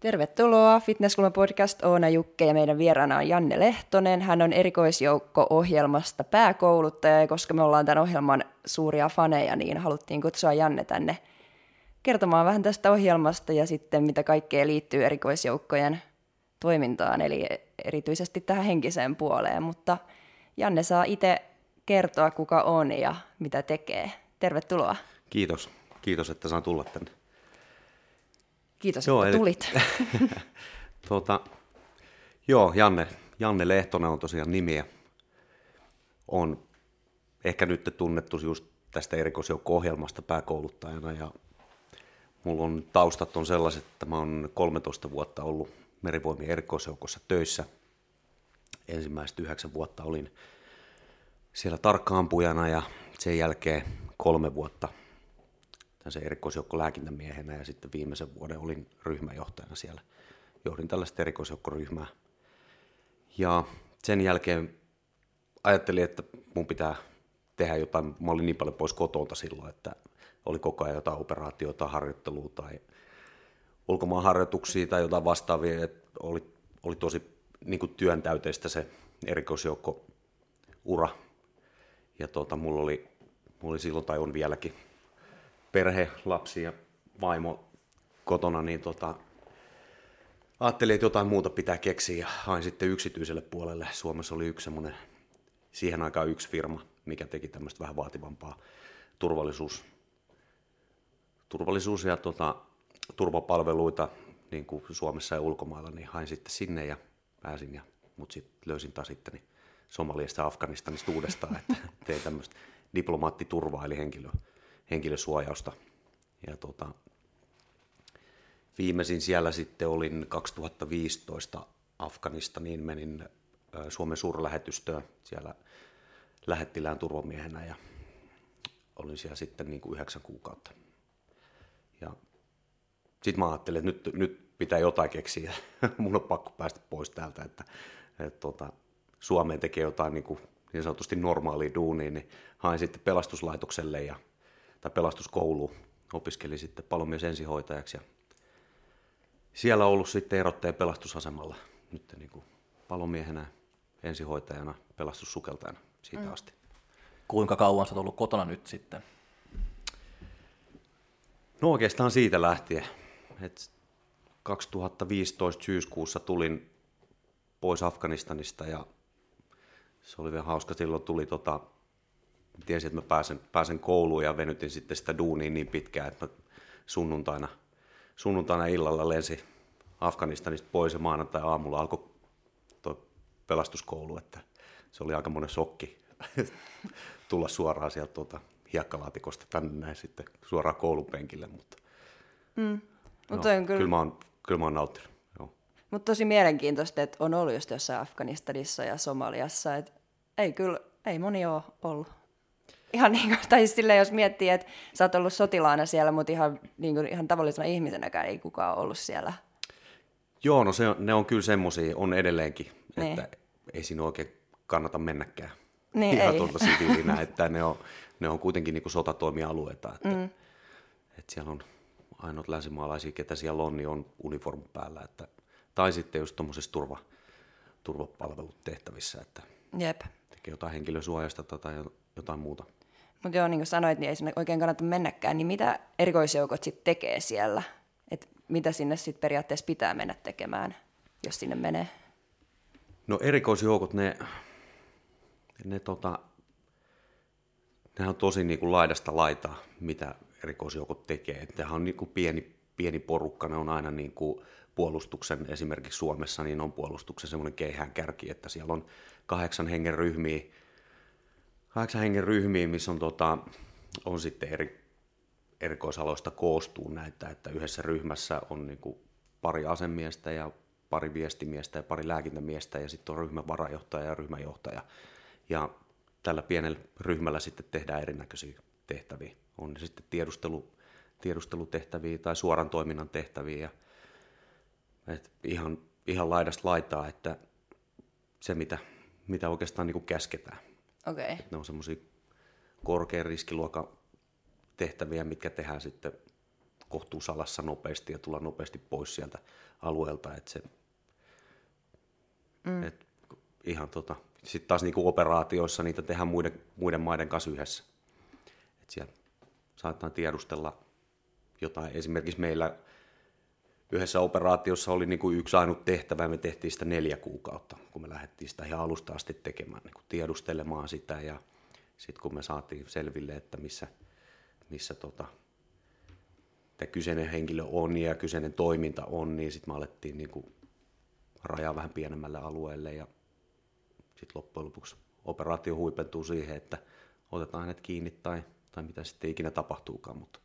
Tervetuloa Fitnesskulma podcast, Oona Jukke ja meidän vieraana on Janne Lehtonen. Hän on erikoisjoukko-ohjelmasta pääkouluttaja ja koska me ollaan tämän ohjelman suuria faneja, niin haluttiin kutsua Janne tänne kertomaan vähän tästä ohjelmasta ja sitten mitä kaikkea liittyy erikoisjoukkojen toimintaan, eli erityisesti tähän henkiseen puoleen. Mutta Janne saa itse kertoa, kuka on ja mitä tekee. Tervetuloa. Kiitos. Kiitos, että saan tulla tänne. Kiitos, että tulit. Janne Lehtonen on tosiaan nimi. On ehkä nyt tunnettu just tästä erikoisjoukko-ohjelmasta pääkouluttajana. Ja mulla on taustat on sellaiset, että mä oon 13 vuotta ollut Merivoimien erikoisjoukossa töissä. Ensimmäiset 9 vuotta olin siellä tarkka-ampujana ja sen jälkeen 3 vuotta se erikoisjoukkolääkintämiehenä ja sitten viimeisen vuoden olin ryhmäjohtajana siellä. Johdin tällaista erikoisjoukkoryhmää. Ja sen jälkeen ajattelin, että mun pitää tehdä jotain. Mä olin niin paljon pois kotolta silloin, että oli koko ajan jotain operaatiota, harjoittelua tai ulkomaanharjoituksia tai jotain vastaavia. Että oli tosi niin kuin työntäyteistä se erikoisjoukko-ura. Ja mulla oli silloin tai on vieläkin perhe, lapsi ja vaimo kotona, niin ajattelin, että jotain muuta pitää keksiä ja hain sitten yksityiselle puolelle. Suomessa oli siihen aikaan yksi firma, mikä teki tämmöistä vähän vaativampaa turvallisuus ja turvapalveluita niin kuin Suomessa ja ulkomailla, niin hain sitten sinne ja pääsin, mutta sitten löysin taas itteni Somaliasta ja Afganistanista uudestaan, että tein tämmöistä diplomaattiturvaa eli henkilösuojausta. Ja viimeisin siellä sitten olin 2015 Afganistaniin, menin Suomen suurlähetystöön siellä lähettilään turvamiehenä ja olin siellä sitten niin kuin 9 kuukautta. Ja sitten mä ajattelin, että nyt pitää jotain keksiä, mun on pakko päästä pois täältä, että Suomeen tekee jotain niin sanotusti normaalia duunia, niin hain sitten pelastuslaitokselle tai pelastuskouluun, opiskelin sitten palomies ensihoitajaksi ja siellä on ollut sitten erottaja pelastusasemalla nyt niin kuin palomiehenä, ensihoitajana, pelastussukeltajana siitä asti. Kuinka kauan sä oot ollut kotona nyt sitten? No oikeastaan siitä lähtien, että 2015 syyskuussa tulin pois Afganistanista ja se oli vielä hauska, silloin tuli tiesin, että mä pääsen kouluun ja venytin sitten sitä duunia niin pitkään, että mä sunnuntaina illalla lensin Afganistanista pois ja maanantai aamulla alkoi tuo pelastuskoulu, että se oli aika monen shokki tulla suoraan sieltä hiekkalaatikosta tänne näin sitten suoraan koulupenkille, mutta kyllä mä oon nauttinut. Mutta tosi mielenkiintoista, että on ollut just jossain Afganistanissa ja Somaliassa, että ei moni ole ollut. Ihan niin kuin, tai silleen, jos miettii, että sä oot ollut sotilaana siellä, mutta ihan tavallisena ihmisenäkään ei kukaan ollut siellä. Joo, no ne on kyllä semmoisia, on edelleenkin, että ei siinä oikein kannata mennäkään niin, ihan tuolta siviilinä, että ne on kuitenkin niin kuin sotatoimialueita, että siellä on ainoat länsimaalaisia, ketä siellä on, niin on uniformu päällä, tai sitten just tuommoisissa turvapalvelutehtävissä, että Jep. tekee jotain henkilösuojasta tai jotain muuta. Mutta joo, niin kuin sanoit, niin ei sinne oikein kannata mennäkään, niin mitä erikoisjoukot sitten tekee siellä? Et mitä sinne sitten periaatteessa pitää mennä tekemään, jos sinne menee? No erikoisjoukot, nehän on tosi niin kuin laidasta laitaa, mitä erikoisjoukot tekee. Nehän on niin kuin pieni porukka, ne on aina niin kuin puolustuksen, esimerkiksi Suomessa, niin on puolustuksen semmoinen keihäänkärki, että siellä on 8 hengen ryhmiä, missä on sitten erikoisaloista koostuu näitä, että yhdessä ryhmässä on niin kuin pari asemiestä ja pari viestimiestä ja pari lääkintämiestä ja sitten on ryhmän varajohtaja ja ryhmäjohtaja. Ja tällä pienellä ryhmällä sitten tehdään erinäköisiä tehtäviä. On ne sitten tiedustelutehtäviä tai suoran toiminnan tehtäviä. Ihan laidasta laitaa, että se mitä oikeastaan niin kuin käsketään. Okay. Ne on semmoisia korkean riskiluokan tehtäviä, mitkä tehdään sitten kohtuusalassa nopeasti ja tulla nopeasti pois sieltä alueelta. Ihan sitten taas niinku operaatioissa niitä tehdään muiden maiden kanssa yhdessä. Et siellä saatetaan tiedustella jotain. Esimerkiksi meillä yhdessä operaatiossa oli niinku yksi ainut tehtävä ja me tehtiin sitä 4 kuukautta, kun me lähdettiin sitä ihan alusta asti tekemään, niin tiedustelemaan sitä ja sitten kun me saatiin selville, että missä tämä kyseinen henkilö on ja kyseinen toiminta on, niin sitten me alettiin niinku rajaa vähän pienemmälle alueelle ja sitten loppujen lopuksi operaatio huipentuu siihen, että otetaan hänet kiinni tai mitä sitten ikinä tapahtuukaan. Mutta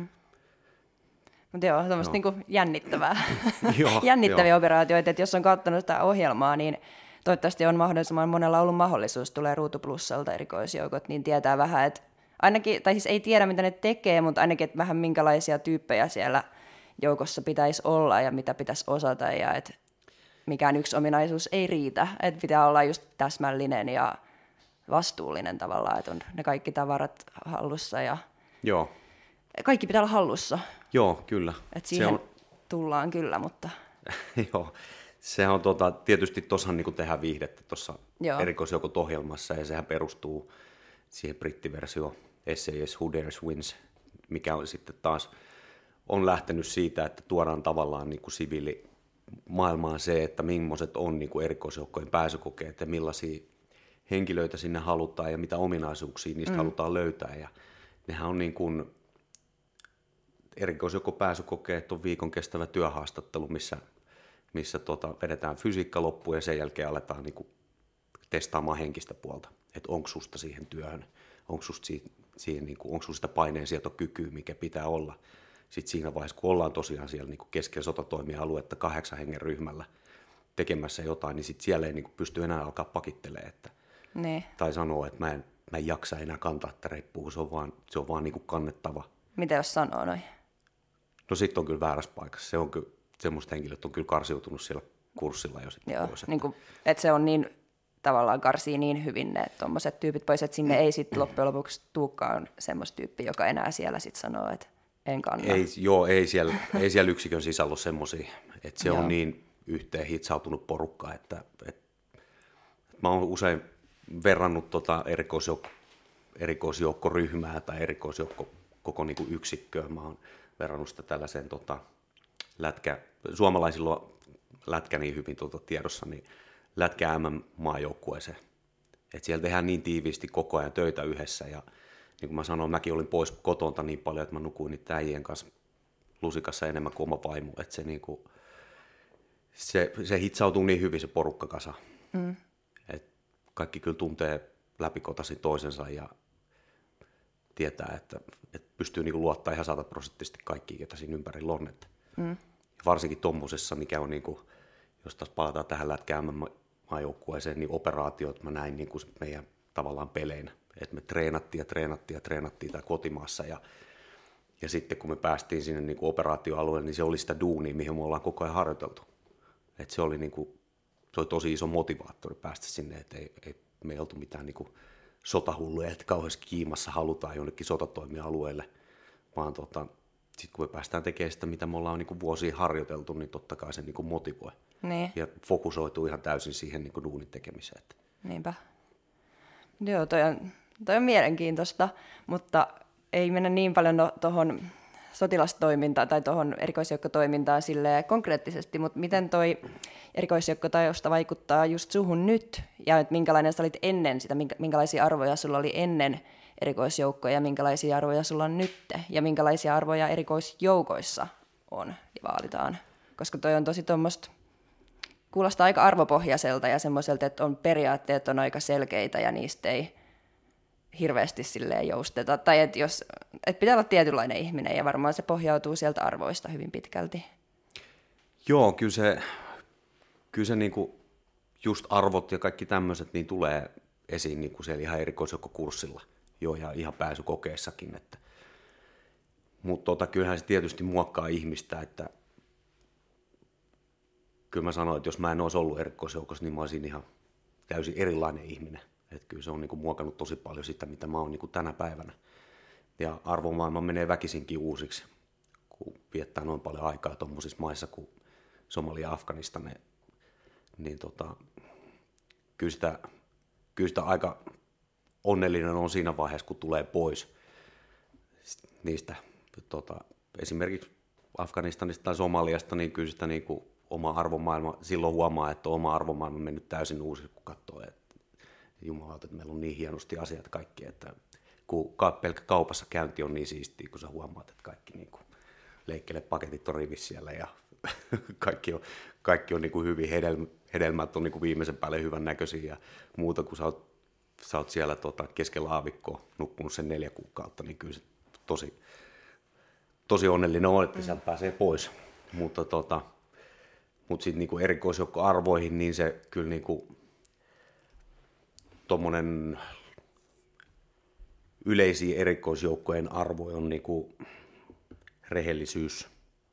joo, tämmöistä niinku jännittävää. Joo, jännittäviä operaatioita, että jos on katsonut sitä ohjelmaa, niin toivottavasti on mahdollisimman monella ollut mahdollisuus, tulee Ruutu Plussalta erikoisjoukot, niin tietää vähän, että ainakin, tai siis ei tiedä mitä ne tekee, mutta ainakin, että vähän minkälaisia tyyppejä siellä joukossa pitäisi olla ja mitä pitäisi osata ja että mikään yksi ominaisuus ei riitä, että pitää olla just täsmällinen ja vastuullinen tavallaan, että on ne kaikki tavarat hallussa ja Joo. Kaikki pitää olla hallussa. Joo, kyllä. Että siihen tullaan kyllä, mutta joo, se on tietysti tuossahan niin tehdään viihdettä tuossa erikoisjoukot ohjelmassa ja sehän perustuu siihen brittiversio SAS Who Dares Wins, mikä on sitten taas on lähtenyt siitä, että tuodaan tavallaan niin kuin siviilimaailmaan se, että millaiset on niin kuin erikoisjoukkojen pääsykokeet ja millaisia henkilöitä sinne halutaan ja mitä ominaisuuksia niistä halutaan löytää. Ja nehän on niin kuin erikoisjoukkopääsykokeet on viikon kestävä työhaastattelu, missä vedetään fysiikka loppuun ja sen jälkeen aletaan niin kuin testaamaan henkistä puolta, että onko susta siihen työhön, onko susta niin onko susta sitä paineensietokykyä, mikä pitää olla. Sitten siinä vaiheessa, kun ollaan tosiaan siellä niin keskellä sotatoimialuetta 8 hengen ryhmällä tekemässä jotain, niin sitten siellä ei niin pysty enää alkaa pakittelemaan. Tai sanoa, että mä en jaksa enää kantaa tätä reppua, se on vaan niin kannettava. Mitä jos sanoo noin? No sitten on kyllä väärässä paikassa. Se on kyllä, semmoiset henkilöt on kyllä karsiutunut siellä kurssilla jo sitten Joo, pois. niin kuin, että se on niin tavallaan karsii niin hyvin ne tommoset tyypit pois, että sinne ei sitten loppujen lopuksi tulekaan semmoista tyyppiä, joka enää siellä sitten sanoo, että en kanna. Ei siellä yksikön sisällä ole semmoisia, että se on niin yhteen hitsautunut porukka, että mä oon usein verrannut erikoisjoukkoryhmää tai erikoisjoukko koko niin kuin yksikköä. Mä oon verrannut sitä tällaiseen suomalaisilla on lätkä niin hyvin tiedossa, niin lätkä MM-maajoukkueeseen. Että siellä tehdään niin tiiviisti koko ajan töitä yhdessä ja niin kuin mä sanoin, mäkin olin pois kotonta niin paljon, että mä nukuin niitä äijien kanssa lusikassa enemmän kuin oma vaimo. Että se hitsautuu niin hyvin se porukka kasa. Että kaikki kyllä tuntee läpikotaisin toisensa ja tietää, että pystyy niinku luottaa ihan 100% kaikkiin, joita siinä ympärillä on. Varsinkin tuommoisessa, mikä on, niinku, jos taas palataan tähän lätkään maajoukkueeseen, niin operaatiot mä näin niinku meidän tavallaan peleinä. Että me treenattiin täällä kotimaassa ja sitten kun me päästiin sinne niinku operaatioalueelle, niin se oli sitä duunia, mihin me ollaan koko ajan harjoiteltu. Että se oli tosi iso motivaattori päästä sinne, että ei me ei oltu mitään niinku sotahulluja, että kauheasti kiimassa halutaan jonnekin sotatoimialueelle, vaan sitten kun me päästään tekemään sitä, mitä me ollaan niinku vuosia harjoiteltu, niin totta kai se niinku motivoi. Niin. Ja fokusoituu ihan täysin siihen niinku duunin tekemiseen. Niinpä. Joo, toi on mielenkiintoista, mutta ei mennä niin paljon tuohon sotilastoimintaan tai tuohon erikoisjoukkotoimintaan silleen konkreettisesti, mutta miten toi erikoisjoukkotausta vaikuttaa just suhun nyt ja että minkälainen sä olit ennen sitä, minkälaisia arvoja sulla oli ennen erikoisjoukkoja ja minkälaisia arvoja sulla on nyt ja minkälaisia arvoja erikoisjoukoissa on ja vaalitaan, koska toi on tosi tuommoista, kuulostaa aika arvopohjaiselta ja semmoiselta, että on periaatteet on aika selkeitä ja niistä ei hirveästi silleen jousteta. Tai että pitää olla tietynlainen ihminen ja varmaan se pohjautuu sieltä arvoista hyvin pitkälti. Joo, kyllä se niinku just arvot ja kaikki tämmöiset niin tulee esiin niinku siellä ihan erikoisjoukkokurssilla jo ja ihan pääsykokeessakin. Mutta kyllähän se tietysti muokkaa ihmistä, että kyllä mä sanoin, että jos mä en olisi ollut erikoisjoukossa, niin mä olisin ihan täysin erilainen ihminen. Että kyllä se on niinku muokannut tosi paljon sitä, mitä mä oon niinku tänä päivänä. Ja arvomaailma menee väkisinkin uusiksi, kun viettää noin paljon aikaa tuommoisissa maissa kuin Somalia ja Afganistan, niin kyllä sitä aika onnellinen on siinä vaiheessa, kun tulee pois niistä esimerkiksi Afganistanista tai Somaliasta, niin kyllä sitä niin kuin oma arvomaailma, silloin huomaa, että oma arvomaailma on mennyt täysin uusiksi, kun katsoo, että jumalauta, että meillä on niin hienosti asiat kaikki, että kun pelkkä kaupassa käynti on niin siistiä, kun sä huomaat, että kaikki niin kuin leikkelepaketit on rivissä siellä ja kaikki on niin kuin hyvin, hedelmät on niin kuin viimeisen päälle hyvän näköisiä ja muuta, kun sä oot siellä keskellä aavikkoa nukkunut sen 4 kuukautta, niin kyllä se tosi onnellinen on, että sieltä pääsee pois. Mutta sitten niinku erikoisjoukkoarvoihin, niin se kyllä niinku tommonen yleisiä erikoisjoukkojen arvoja on niinku rehellisyys,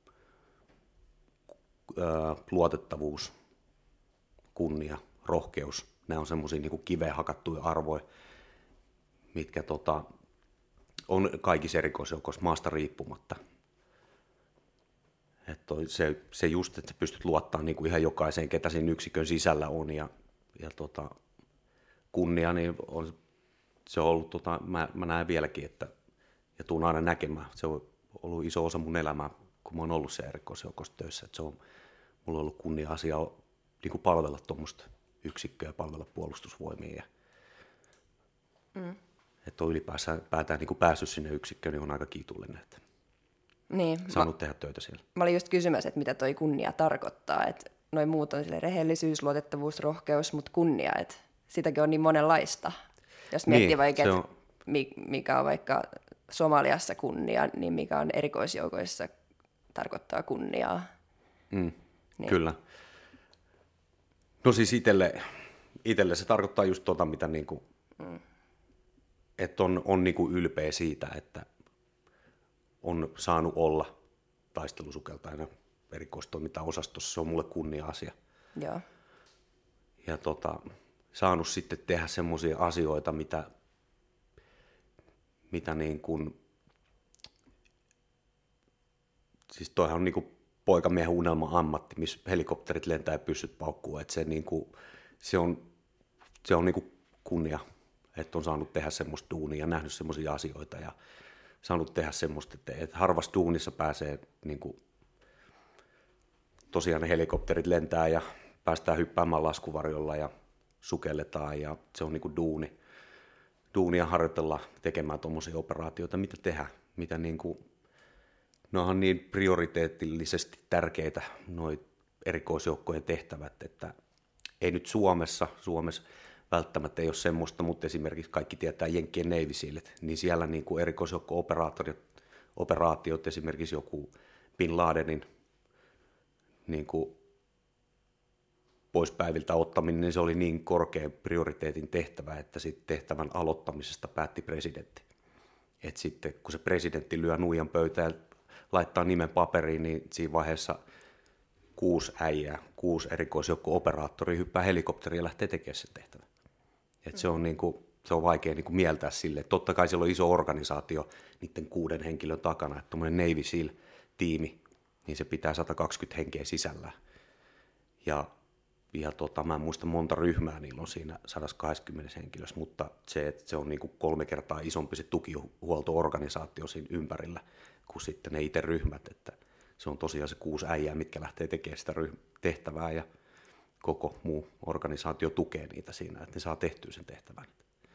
luotettavuus, kunnia, rohkeus. Nämä on semmoisia niinku kiveen hakattuja arvoja, mitkä on kaikissa erikoisjoukoissa maasta riippumatta. Että se just, että sä pystyt luottamaan niin kuin ihan jokaiseen, ketä siinä yksikön sisällä on. Ja kunnia, niin se on ollut, mä näen vieläkin, ja tuun aina näkemään. Se on ollut iso osa mun elämää, kun mä oon ollut siellä erikoisjoukossa töissä. Että mulla on ollut kunnia-asia niin kuin palvella tuommoista yksikköä, palvella puolustusvoimia. Että on ylipäätään niin kuin päässyt sinne yksikköön, niin on aika kiitollinen, että saanut tehdä töitä siellä. Mä olin just kysymässä, että mitä toi kunnia tarkoittaa. Että noin muut on rehellisyys, luotettavuus, rohkeus, mutta kunnia, että sitäkin on niin monenlaista. Jos miettii niin, vaikka, että mikä on vaikka Somaliassa kunnia, niin mikä on erikoisjoukoissa tarkoittaa kunniaa. Niin. Kyllä. No siis itselle se tarkoittaa just mitä niinku, että on niinku ylpeä siitä, että on saanut olla taistelusukeltajana erikoistoimintaosastossa. Se on mulle kunnia-asia. Joo. Ja saanut sitten tehdä semmoisia asioita, mitä niin kuin, siis toihan on niin kuin poikamiehen unelma-ammatti, missä helikopterit lentää ja pyssyt paukkuu, että se on niin kuin kunnia, että on saanut tehdä semmoista duunia ja nähnyt semmoisia asioita ja saanut tehdä semmoista, että harvassa duunissa pääsee niin kuin, tosiaan ne helikopterit lentää ja päästään hyppäämään laskuvarjolla ja sukelletaan ja se on niin kuin duunia harjoitella tekemään tuommoisia operaatioita, mitä tehdä, mitä niin kuin, ne onhan niin prioriteetillisesti tärkeitä noi erikoisjoukkojen tehtävät, että ei nyt Suomessa välttämättä ei ole semmoista, mutta esimerkiksi kaikki tietää Jenkkien Navy Sealit, niin siellä niin kuin erikoisjoukko-operaatiot, esimerkiksi joku Bin Ladenin niin kuin pois päiviltä ottaminen, niin se oli niin korkean prioriteetin tehtävä, että sitten tehtävän aloittamisesta päätti presidentti. Et sitten kun se presidentti lyö nuijan pöytään ja laittaa nimen paperiin, niin siinä vaiheessa 6 erikoisjoukko-operaattoria hyppää helikopteriin ja lähtee tekemään sen tehtävän. Et se on vaikea niin kuin mieltää sille. Totta kai siellä on iso organisaatio niiden 6 henkilön takana, että tuommoinen Navy SEAL-tiimi, niin se pitää 120 henkeä sisällään. Ja mä en muista monta ryhmää niillä on siinä 120 henkilössä, mutta se on niin kuin 3 kertaa isompi se tukihuolto-organisaatio siinä ympärillä kuin sitten ne itse ryhmät, että se on tosiaan se 6 äijää, mitkä lähtee tekemään sitä tehtävää ja koko muu organisaatio tukee niitä siinä, että ne saa tehtyä sen tehtävän.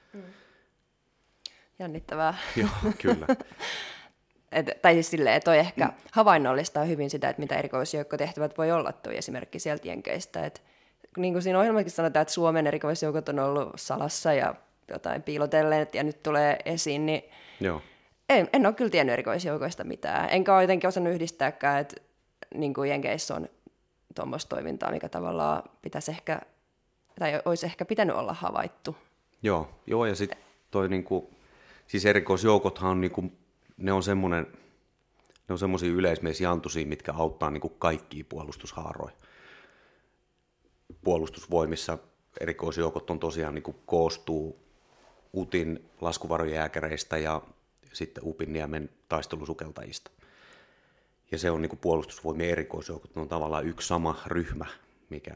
Jännittävää. Joo, kyllä. Tai siis silleen, että toi ehkä havainnollistaa hyvin sitä, että mitä erikoisjoukkotehtävät voi olla, toi esimerkki sieltä Jenkeistä. Että niin kuin siinä ohjelmassakin sanotaan, että Suomen erikoisjoukot on ollut salassa ja jotain piilotellen ja nyt tulee esiin, niin joo. En ole kyllä tiennyt erikoisjoukoista mitään. Enkä ole jotenkin osannut yhdistääkään, että niin kuin Jenkeissä on tuommoista toimintaa, mikä tavallaan pitäisi ehkä, tai olisi ehkä pitänyt olla havaittu. Joo ja sitten toi niinku, siis erikoisjoukothan on niinku, ne on semmoisia yleismiesjantusia, mitkä auttaa niinku kaikkia puolustushaaroja. Puolustusvoimissa erikoisjoukot on tosiaan niinku koostuu UTin laskuvarojääkäreistä ja sitten Upinniemen taistelusukeltajista. Ja se on niin kuin puolustusvoimien erikoisjoukot, ne on tavallaan yksi sama ryhmä, mikä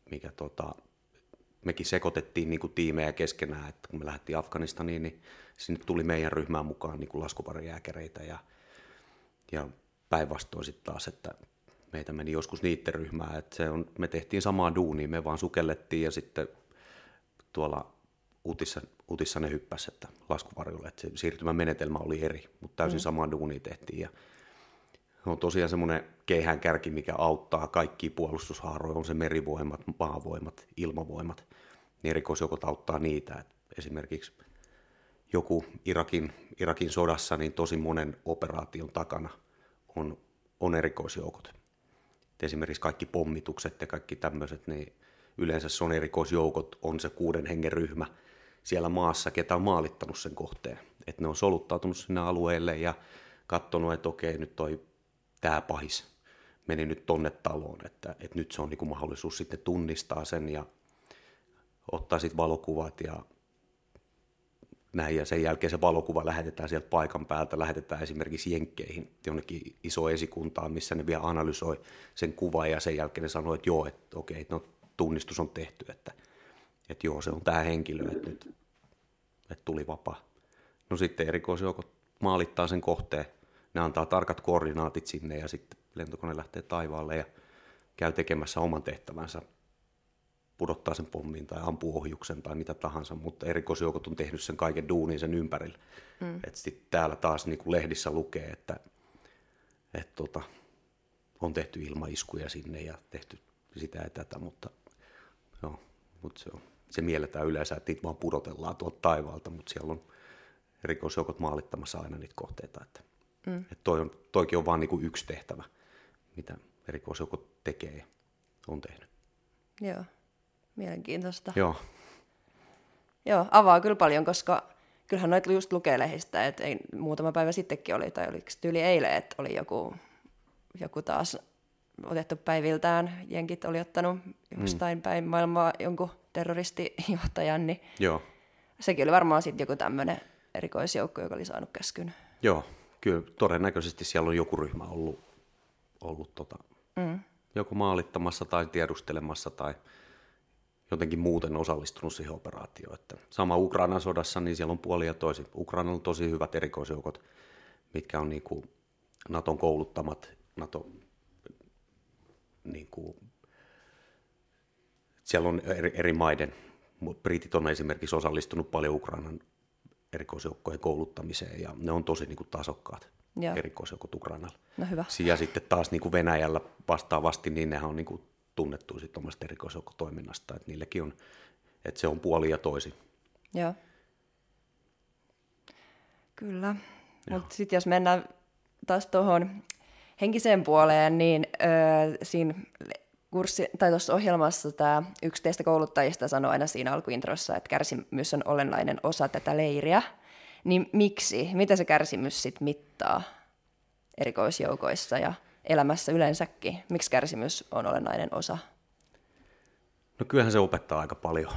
mekin sekoitettiin niin kuin tiimejä keskenään, että kun me lähdettiin Afganistaniin, niin sinne tuli meidän ryhmään mukaan niin kuin laskuvarjojääkäreitä ja päinvastoin sitten taas, että meitä meni joskus niiden ryhmään, että me tehtiin samaa duunia, me vaan sukellettiin ja sitten tuolla utissa ne hyppäsi, että laskuvarjolle, että se siirtymämenetelmä oli eri, mutta täysin samaa duunia tehtiin ja on tosiaan semmoinen keihäänkärki, mikä auttaa kaikkia puolustushaaroja, on se merivoimat, maavoimat, ilmavoimat, niin erikoisjoukot auttaa niitä. Et esimerkiksi joku Irakin sodassa, niin tosi monen operaation takana on erikoisjoukot. Et esimerkiksi kaikki pommitukset ja kaikki tämmöiset, niin yleensä se on erikoisjoukot, on se 6 hengen ryhmä siellä maassa, ketä on maalittanut sen kohteen. Että ne on soluttautunut sinne alueelle ja katsonut, että okei, nyt tämä pahis meni nyt tonne taloon, että nyt se on niin kuin mahdollisuus sitten tunnistaa sen ja ottaa sitten valokuvat ja näin, ja sen jälkeen se valokuva lähetetään sieltä paikan päältä, lähetetään esimerkiksi Jenkkeihin, jonnekin iso esikuntaan, missä ne vielä analysoi sen kuvan, ja sen jälkeen ne sanoo, että joo, että okei, no, tunnistus on tehty, että joo, se on tämä henkilö, että nyt että tuli vapaa. No sitten erikoisjoukot maalittaa sen kohteen, ne antaa tarkat koordinaatit sinne, ja sitten lentokone lähtee taivaalle ja käy tekemässä oman tehtävänsä, pudottaa sen pommin tai ampuu ohjuksen tai mitä tahansa, mutta erikoisjoukot on tehnyt sen kaiken duunin sen ympärillä. Että sitten täällä taas niin kuin lehdissä lukee, että on tehty ilmaiskuja sinne ja tehty sitä ja tätä, mutta se mielletään yleensä, että niitä vaan pudotellaan tuolta taivaalta, mutta siellä on erikoisjoukot maalittamassa aina niitä kohteita. Että toikin on vaan niin kuin yksi tehtävä, mitä erikoisjoukot tekee ja on tehnyt. Joo. Mielenkiintoista. Joo, avaa kyllä paljon, koska kyllähän noita just lukee lehdistä, että ei, muutama päivä sittenkin oli, tai oliko tyyli eilen, että oli joku taas otettu päiviltään, jenkit oli ottanut jostain päin maailmaa jonkun terroristijohtajan, niin joo. Sekin oli varmaan sitten joku tämmöinen erikoisjoukko, joka oli saanut käskyn. Joo, kyllä todennäköisesti siellä on joku ryhmä ollut joko maalittamassa tai tiedustelemassa tai jotenkin muuten osallistunut siihen operaatioon. Että sama Ukrainan sodassa, niin siellä on puoli ja toisin. Ukrainalla on tosi hyvät erikoisjoukot, mitkä on niin kuin Naton kouluttamat, siellä on eri maiden, britit on esimerkiksi osallistunut paljon Ukrainan erikoisjoukkojen kouluttamiseen ja ne on tosi niin kuin tasokkaat erikoisjoukot Ukrainalla. No hyvä. Ja sitten taas niin kuin Venäjällä vastaavasti, niin nehän on niin kuin tunnettu sitten omasta erikoisjoukkotoiminnasta, että niilläkin on, että se on puoli ja toisin. Joo. Kyllä. Mutta sitten jos mennään taas tuohon henkiseen puoleen, niin siinä tuossa ohjelmassa tämä yksi teistä kouluttajista sanoi aina siinä alkuintrossa, että kärsimys on olennainen osa tätä leiriä. Niin miksi? Mitä se kärsimys sitten mittaa erikoisjoukoissa ja elämässä yleensäkin? Miksi kärsimys on olennainen osa? No kyllähän se opettaa aika paljon.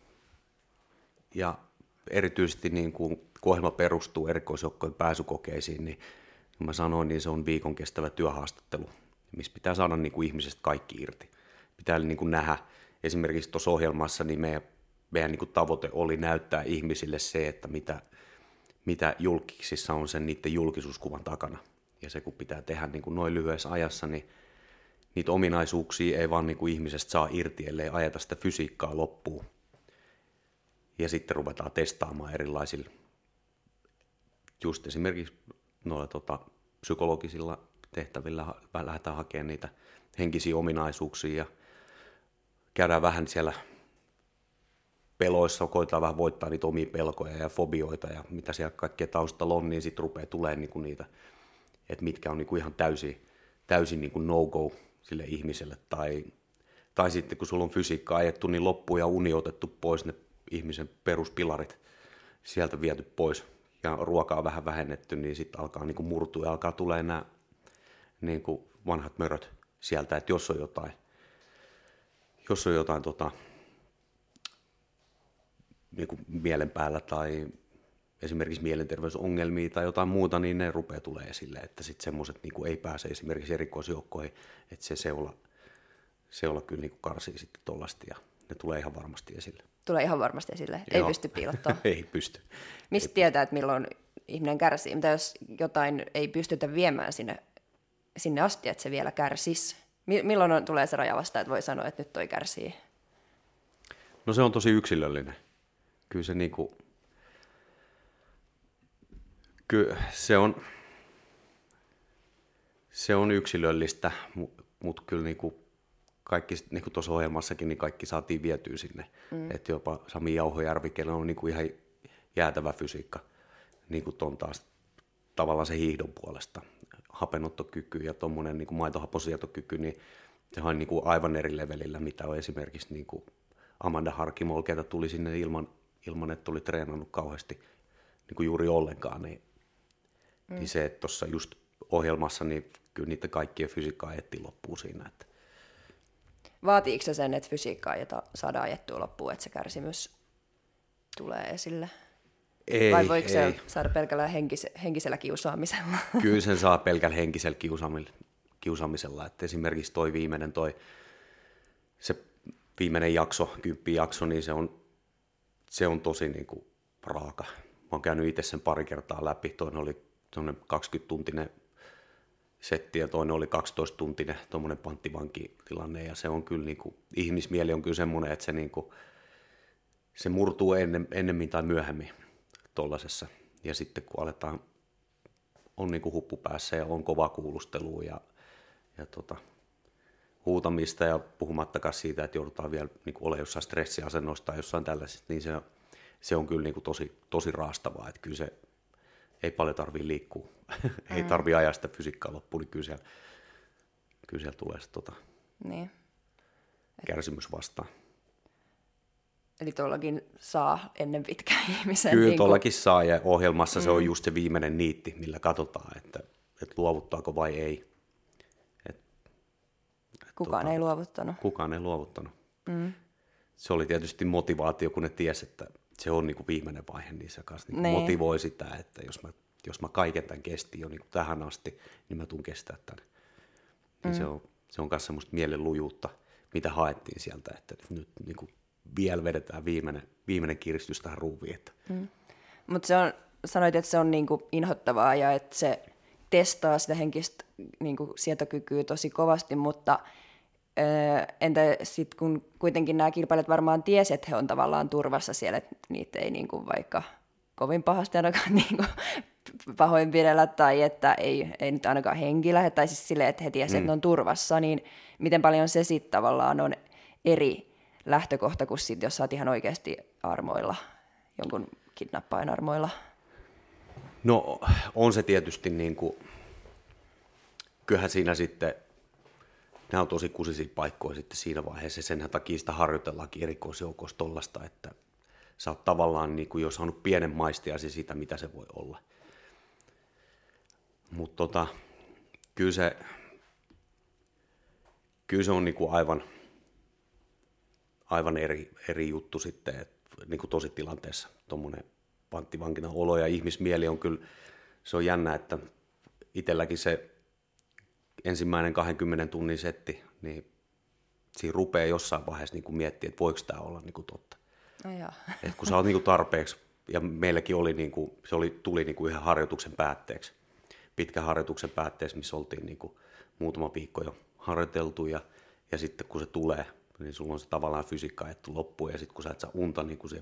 Ja erityisesti niin kun ohjelma perustuu erikoisjoukkojen pääsykokeisiin, niin mä sanoin, niin se on viikon kestävä työhaastattelu, missä pitää saada niin kuin ihmisestä kaikki irti. Pitää niin kuin nähdä, esimerkiksi tuossa ohjelmassa, niin meidän niin kuin tavoite oli näyttää ihmisille se, että mitä julkisissa on sen niiden julkisuuskuvan takana. Ja se kun pitää tehdä niin kuin noin lyhyessä ajassa, niin niitä ominaisuuksia ei vaan niin kuin ihmisestä saa irti, ellei ajeta sitä fysiikkaa loppuun. Ja sitten ruvetaan testaamaan erilaisilla, just esimerkiksi noilla psykologisilla tehtävillä lähdetään hakemaan niitä henkisiä ominaisuuksia ja käydään vähän siellä peloissa, koetaan vähän voittaa niitä omia pelkoja ja fobioita ja mitä siellä kaikkea taustalla on, niin sitten rupeaa tulemaan niinku niitä, että mitkä on niinku ihan täysin niinku no-go sille ihmiselle. Tai sitten kun sulla on fysiikka ajettu niin loppuun ja uni otettu pois, ne ihmisen peruspilarit sieltä viety pois ja ruokaa vähän vähennetty, niin sitten alkaa niinku murtua ja alkaa tulee nämä niinku vanhat möröt sieltä, että jos on jotain niin kuin mielen päällä tai esimerkiksi mielenterveysongelmia tai jotain muuta, niin ne rupeaa tulee esille, että sitten semmoiset niin ei pääse esimerkiksi erikoisjoukkoihin, että se seula kyllä niin karsii sitten tuollaista ja ne tulee ihan varmasti esille. Tulee ihan varmasti esille, ei Joo. pysty piilottamaan. Ei pysty. Mistä tietää, että milloin ihminen kärsii? Mitä jos jotain ei pystytä viemään sinne asti, että se vielä kärsisi? Milloin tulee se raja vasta, että voi sanoa, että nyt toi kärsii? No se on tosi yksilöllinen. Kyllä se niinku, se on yksilöllistä, mutta kyllä niinku kaikki, niin kuin tuossa ohjelmassakin, niin kaikki saatiin vietyä sinne. Että jopa Sami Jauhojärvi, kenellä on niinku ihan jäätävä fysiikka, niin kuin ton taas tavallaan se hiihdon puolesta. Hapenottokyky ja tuommoinen niin maitohaposietokyky, niin se on niin kuin aivan eri levelillä, mitä on esimerkiksi niin kuin Amanda Harkimolla, ketä tuli sinne ilman, että oli treenannut kauheasti niin kuin juuri ollenkaan. Niin se, että tuossa just ohjelmassa, niin kyllä niitä kaikkien fysiikkaa ajettiin loppuun siinä. Että. Vaatiiko se sen, että fysiikkaa saadaan ajettua loppuun, että se kärsimys tulee esille? Ei, vai voiko se ei. saada pelkällä henkisellä kiusaamisella? Kyllä sen saa pelkällä henkisellä kiusaamisella. Että esimerkiksi se viimeinen jakso, 10 jakso, niin se on tosi niin kuin raaka. Mä oon käynyt itse sen pari kertaa läpi. Toinen oli 20-tuntinen setti ja toinen oli 12-tuntinen tuommoinen panttivankitilanne. Ja se on kyllä, niin kuin, ihmismieli on kyllä semmoinen, että se murtuu ennemmin tai myöhemmin tollasessa. Ja sitten kun on niin kuin huppu päässä ja on kova kuulustelu ja huutamista ja puhumattakaan siitä, että joudutaan vielä niin kuin olemaan jossain stressiasennoissa tai jossain tällaisessa, niin se on kyllä niin kuin tosi raastavaa. Että kyllä se ei paljon tarvitse liikkua, ei tarvitse ajaa sitä fysiikkaa loppuun, niin kyllä siellä tulee se Niin. kärsimys vastaan. Eli tuollakin saa ennen pitkään ihmisen. Kyllä niin tuollakin saa ja ohjelmassa se on just se viimeinen niitti, millä katsotaan, että luovuttaako vai ei. Kukaan ei luovuttanut. Kukaan ei luovuttanut. Se oli tietysti motivaatio, kun ne tiesi, että se on niinku viimeinen vaihe, niin se kanssa niinku motivoi sitä, että jos mä kaiken tämän kestin jo niinku tähän asti, niin mä tuun kestää tämän. Niin se on myös semmoista mielenlujuutta, mitä haettiin sieltä, että nyt niinku vielä vedetään viimeinen kiristys tähän ruuviin. Mutta sanoit, että se on niinku inhottavaa ja että se testaa sitä henkistä niinku sietokykyä tosi kovasti, mutta entä sitten kun kuitenkin nämä kilpailijat varmaan tiesi, että he on tavallaan turvassa siellä, että niitä ei niinku vaikka kovin pahasti ainakaan niinku pahoinpidellä tai että ei nyt ainakaan henki lähde, tai siis silleen, että he tiesivät, että ne on turvassa, niin miten paljon se sitten tavallaan on eri lähtökohta kuin sit, jos sä oot ihan oikeasti armoilla, jonkun kidnappaajan armoilla? No on se tietysti niin kuin, kyllähän siinä sitten, nämä on tosi kusisia paikkoja sitten siinä vaiheessa, sen takia sitä harjoitellaankin erikoisjoukossa tollasta, että sä oot tavallaan niin kuin jo saanut pienen maistiaisi siitä, mitä se voi olla. Mutta kyllä se on niin kuin aivan eri juttu sitten, että niin kuin tosi tilanteessa tuommoinen panttivankina olo ja ihmismieli on kyllä, se on jännä, että itselläkin se ensimmäinen 20 tunnin setti, niin siinä rupeaa jossain vaiheessa niin kuin miettiä, että voiko tämä olla niin kuin totta. Et kun sä oot niin kuin tarpeeksi, ja meilläkin oli, niin kuin, tuli niin kuin ihan harjoituksen päätteeksi, pitkän harjoituksen päätteeksi, missä oltiin niin kuin muutama viikko jo harjoiteltu, ja sitten kun se tulee, niin sulla on se tavallaan fysiikka ajettu loppuun, ja sitten kun sä et saa unta, niin kun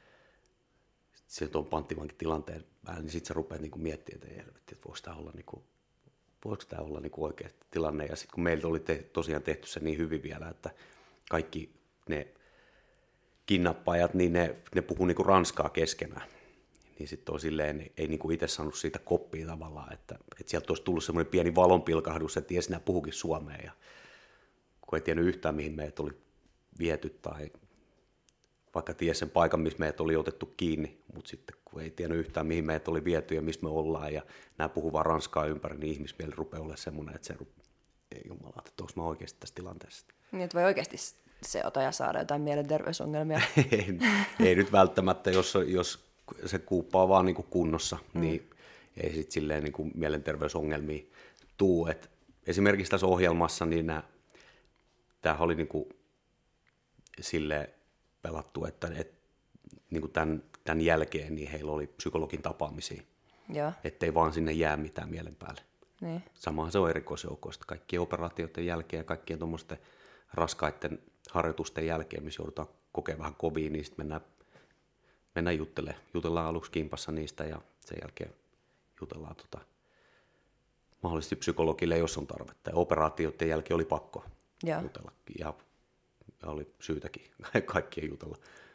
se tuon panttivankitilanteen päällä, niin sitten sä rupeat niin kuin miettimään, että voiko tämä olla niin kuin oikea tilanne, ja sitten kun meiltä oli tosiaan tehty se niin hyvin vielä, että kaikki ne kidnappaajat, niin ne puhuu niin kuin ranskaa keskenään, niin sitten on silleen, ei niin kuin itse saanut siitä koppia tavallaan, että sieltä olisi tullut semmoinen pieni valonpilkahdus, että ties nämä puhukin suomea, ja kun ei tiennyt yhtään, mihin meidät oli viety, tai vaikka ties sen paikan, missä meidät oli otettu kiinni, mutta sitten kun ei tiennyt yhtään, mihin meidät oli viety ja missä me ollaan, ja nämä puhuu vaan ranskaa ympäri, niin ihmismieli rupeaa olemaan semmoinen, että ei jumala, että onko mä oikeasti tässä tilanteessa. Niin, että voi oikeasti seota ja saada jotain mielenterveysongelmia. ei nyt välttämättä, jos se kuuppaa vaan niin kuin kunnossa, niin ei sitten silleen niin kuin mielenterveysongelmia tuu. Et esimerkiksi tässä ohjelmassa niin tämä oli niin kuin silleen pelattu, että niin kuin tämän jälkeen niin heillä oli psykologin tapaamisia, ettei vaan sinne jää mitään mielen päälle. Niin. Samahan se on erikoisjoukoista. Kaikkien operaatioiden jälkeen ja kaikkien tuommoisten raskaiden harjoitusten jälkeen, missä joudutaan kokemaan vähän kovia, niin sitten mennään jutellaan aluksi kimpassa niistä ja sen jälkeen jutellaan mahdollisesti psykologille, jos on tarvetta. Ja operaatioiden jälkeen oli pakko jutella ja oli syytäkin kaikkien jutella.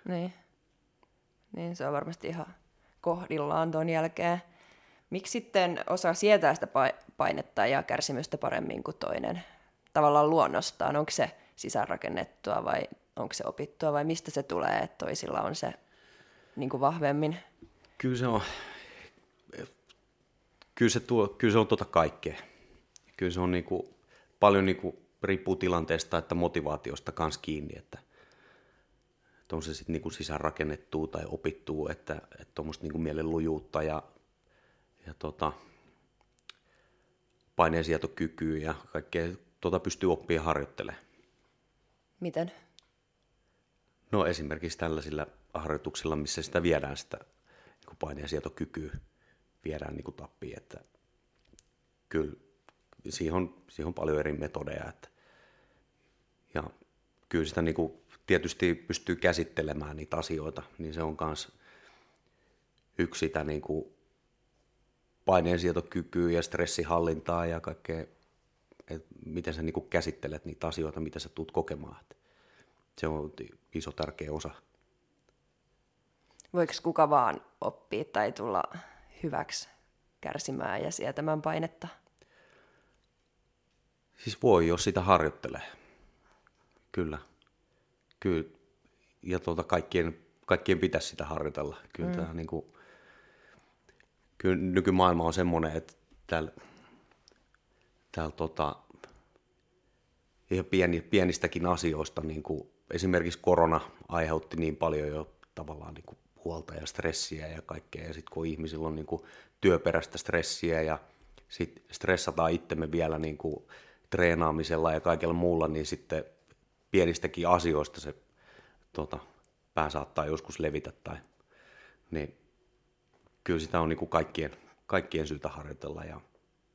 Niin, se on varmasti ihan kohdillaan tuon jälkeen. Miksi sitten osaa sietää sitä painetta ja kärsimystä paremmin kuin toinen? Tavallaan luonnostaan, onko se sisäänrakennettua vai onko se opittua vai mistä se tulee, että toisilla on se niin kuin vahvemmin? Kyllä se on kaikkea. Kyllä se on paljon riippuu tilanteesta että motivaatiosta kanssa kiinni, että on se sitten sisäänrakennettua tai opittua, että tuommoista mielenlujuutta ja paineensietokykyä ja kaikkea pystyy oppimaan harjoittelemaan. Miten? No esimerkiksi tällaisilla harjoituksilla, missä sitä viedään sitä paineensietokykyä, viedään tappiin, että kyllä siihen on paljon eri metodeja, ja kyllä sitä tietysti pystyy käsittelemään niitä asioita, niin se on myös yksi sitä paineensietokykyä ja stressihallintaa ja kaikkea, että miten sä käsittelet niitä asioita, mitä sä tulet kokemaan. Että se on iso tärkeä osa. Voiko kuka vaan oppia tai tulla hyväksi kärsimään ja sietämään painetta? Siis voi, jos sitä harjoittelee. Kyllä. Ja kaikkien pitäisi sitä harjoitella. Kyllä tämä kyllä nykymaailma on semmoinen, että täällä ihan pienistäkin asioista, esimerkiksi korona aiheutti niin paljon jo tavallaan huolta ja stressiä ja kaikkea, ja sitten kun ihmisillä on työperäistä stressiä ja sitten stressataan itsemme vielä treenaamisella ja kaikella muulla, niin sitten pienistäkin asioista se pää saattaa joskus levitä, niin kyllä sitä on kaikkien syytä harjoitella ja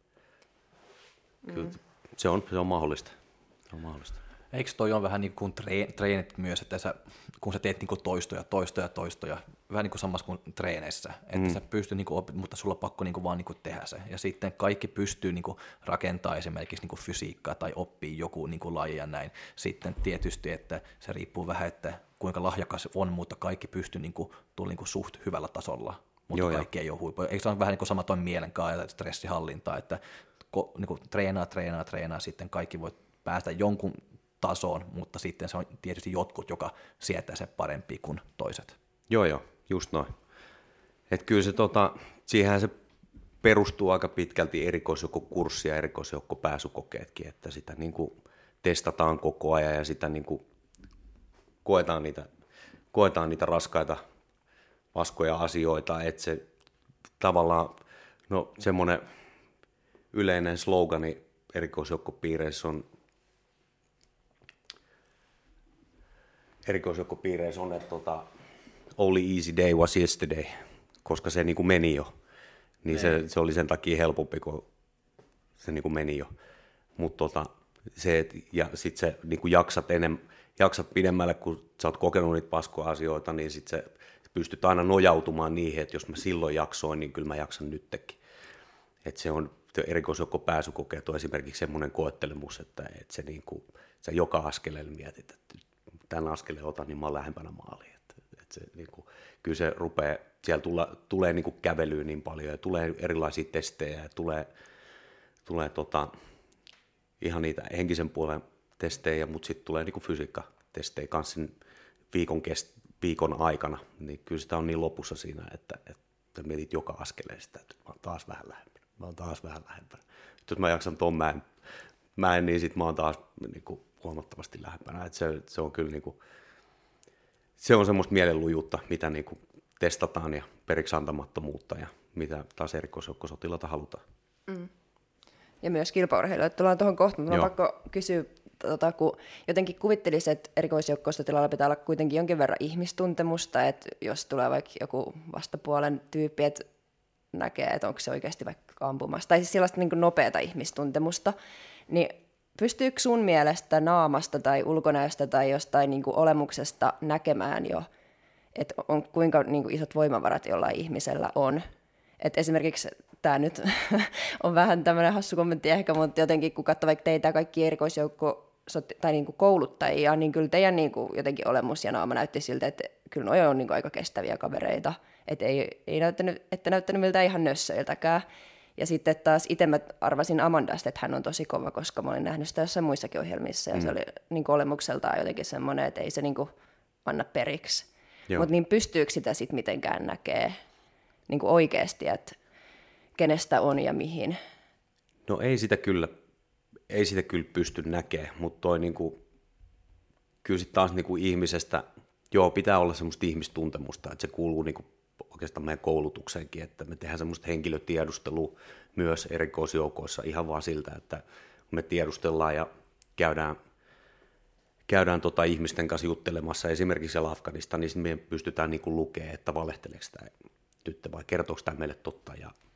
kyllä se on mahdollista. Se on mahdollista. Eikö toi on vähän niin kuin treenit myös, että kun sä teet toistoja, vähän niin kuin samassa kuin treeneissä, että sä pystyt mutta sulla on pakko vaan tehdä se. Ja sitten kaikki pystyy rakentaa esimerkiksi fysiikkaa tai oppii joku laji ja näin. Sitten tietysti, että se riippuu vähän, että kuinka lahjakas on, mutta kaikki pystyy tulla suht hyvällä tasolla, mutta kaikki ei ole huippuja. Eikö se ole vähän niin kuin sama toi mielenkaan ja stressihallinta, että treenaa, sitten kaikki voi päästä jonkun tasoon, mutta sitten se on tietysti jotkut, joka sietää se parempi kuin toiset. Joo, just noin. Että kyllä se siihenhän se perustuu aika pitkälti erikoisjoukkokurssi ja erikoisjoukkopääsykokeetkin, että sitä testataan koko ajan ja sitä koetaan niitä raskaita vaskoja asioita, että se tavallaan, no semmoinen yleinen slogani erikoisjoukkopiireissä on, että only easy day was yesterday, koska se meni jo. Niin se oli sen takia helpompi, kun se meni jo. Mutta ja sit se jaksat pidemmälle, kun sä oot kokenut niitä paskoja asioita, niin sit se pystyt aina nojautumaan niihin, että jos mä silloin jaksoin, niin kyllä mä jaksan nytkin. Että se on erikoisjoukkopääsykokeet on esimerkiksi semmoinen koettelemus, että se sä joka askeleella mietit, että tämän askeleen otan, niin mä oon lähempänä maaliin. Että se, kyllä se rupeaa, siellä tulee kävelyä niin paljon ja tulee erilaisia testejä ja tulee ihan niitä henkisen puolen testejä, mutta sitten tulee fysiikkatestejä kanssa viikon aikana, niin kyllä sitä on niin lopussa siinä, että mietit joka askeleen sitä, että mä oon taas vähän lähempänä. Jos mä jaksan ton mäen niin sit mä oon taas huomattavasti lähempänä. Et se on kyllä se on semmoista mielenlujuutta, mitä testataan ja periksi antamattomuutta ja mitä taas erikoisjoukkosotilaita halutaan. Ja myös kilpaurheilijoita. Tullaan tuohon kohtaan, mutta on pakko kysyä, kun jotenkin kuvittelisi, että erikoisjoukkosotilaalla pitää olla kuitenkin jonkin verran ihmistuntemusta, että jos tulee vaikka joku vastapuolen tyyppi, että näkee, että onko se oikeasti vaikka ampumassa, tai siis sellaista niin kuin nopeata ihmistuntemusta, niin pystyykö sun mielestä naamasta tai ulkonäöstä tai jostain niin kuin olemuksesta näkemään jo, että kuinka niin kuin isot voimavarat jollain ihmisellä on? Et esimerkiksi tämä nyt on vähän tämmöinen hassu kommentti ehkä, mutta jotenkin kun katsoo vaikka teitä kaikki erikoisjoukko tai niin kuin kouluttajia, niin kyllä teidän niin kuin jotenkin olemus ja naama näytti siltä, että kyllä noi on niin kuin aika kestäviä kavereita. Että ei näyttänyt miltään ihan nössöiltäkään. Ja sitten taas itse mä arvasin Amandasta, että hän on tosi kova, koska mä olin nähnyt sitä jossain muissakin ohjelmissa. Ja se oli niin kuin olemukseltaan jotenkin semmoinen, että ei se niin kuin anna periksi. Mutta niin pystyykö sitä sitten mitenkään näkee niin kuin oikeasti, että kenestä on ja mihin? No ei sitä kyllä pysty näkemään, mutta toi niinku, kyllä sitten taas niinku ihmisestä, pitää olla semmoista ihmistuntemusta, että se kuuluu niinku oikeastaan meidän koulutukseenkin, että me tehdään semmoista henkilötiedustelua myös erikoisjoukoissa ihan vaan siltä, että kun me tiedustellaan ja käydään ihmisten kanssa juttelemassa esimerkiksi siellä Afganistanissa, niin me pystytään niinku lukemaan, että valehteleeko tämä tyttö vai kertooko tämä meille totta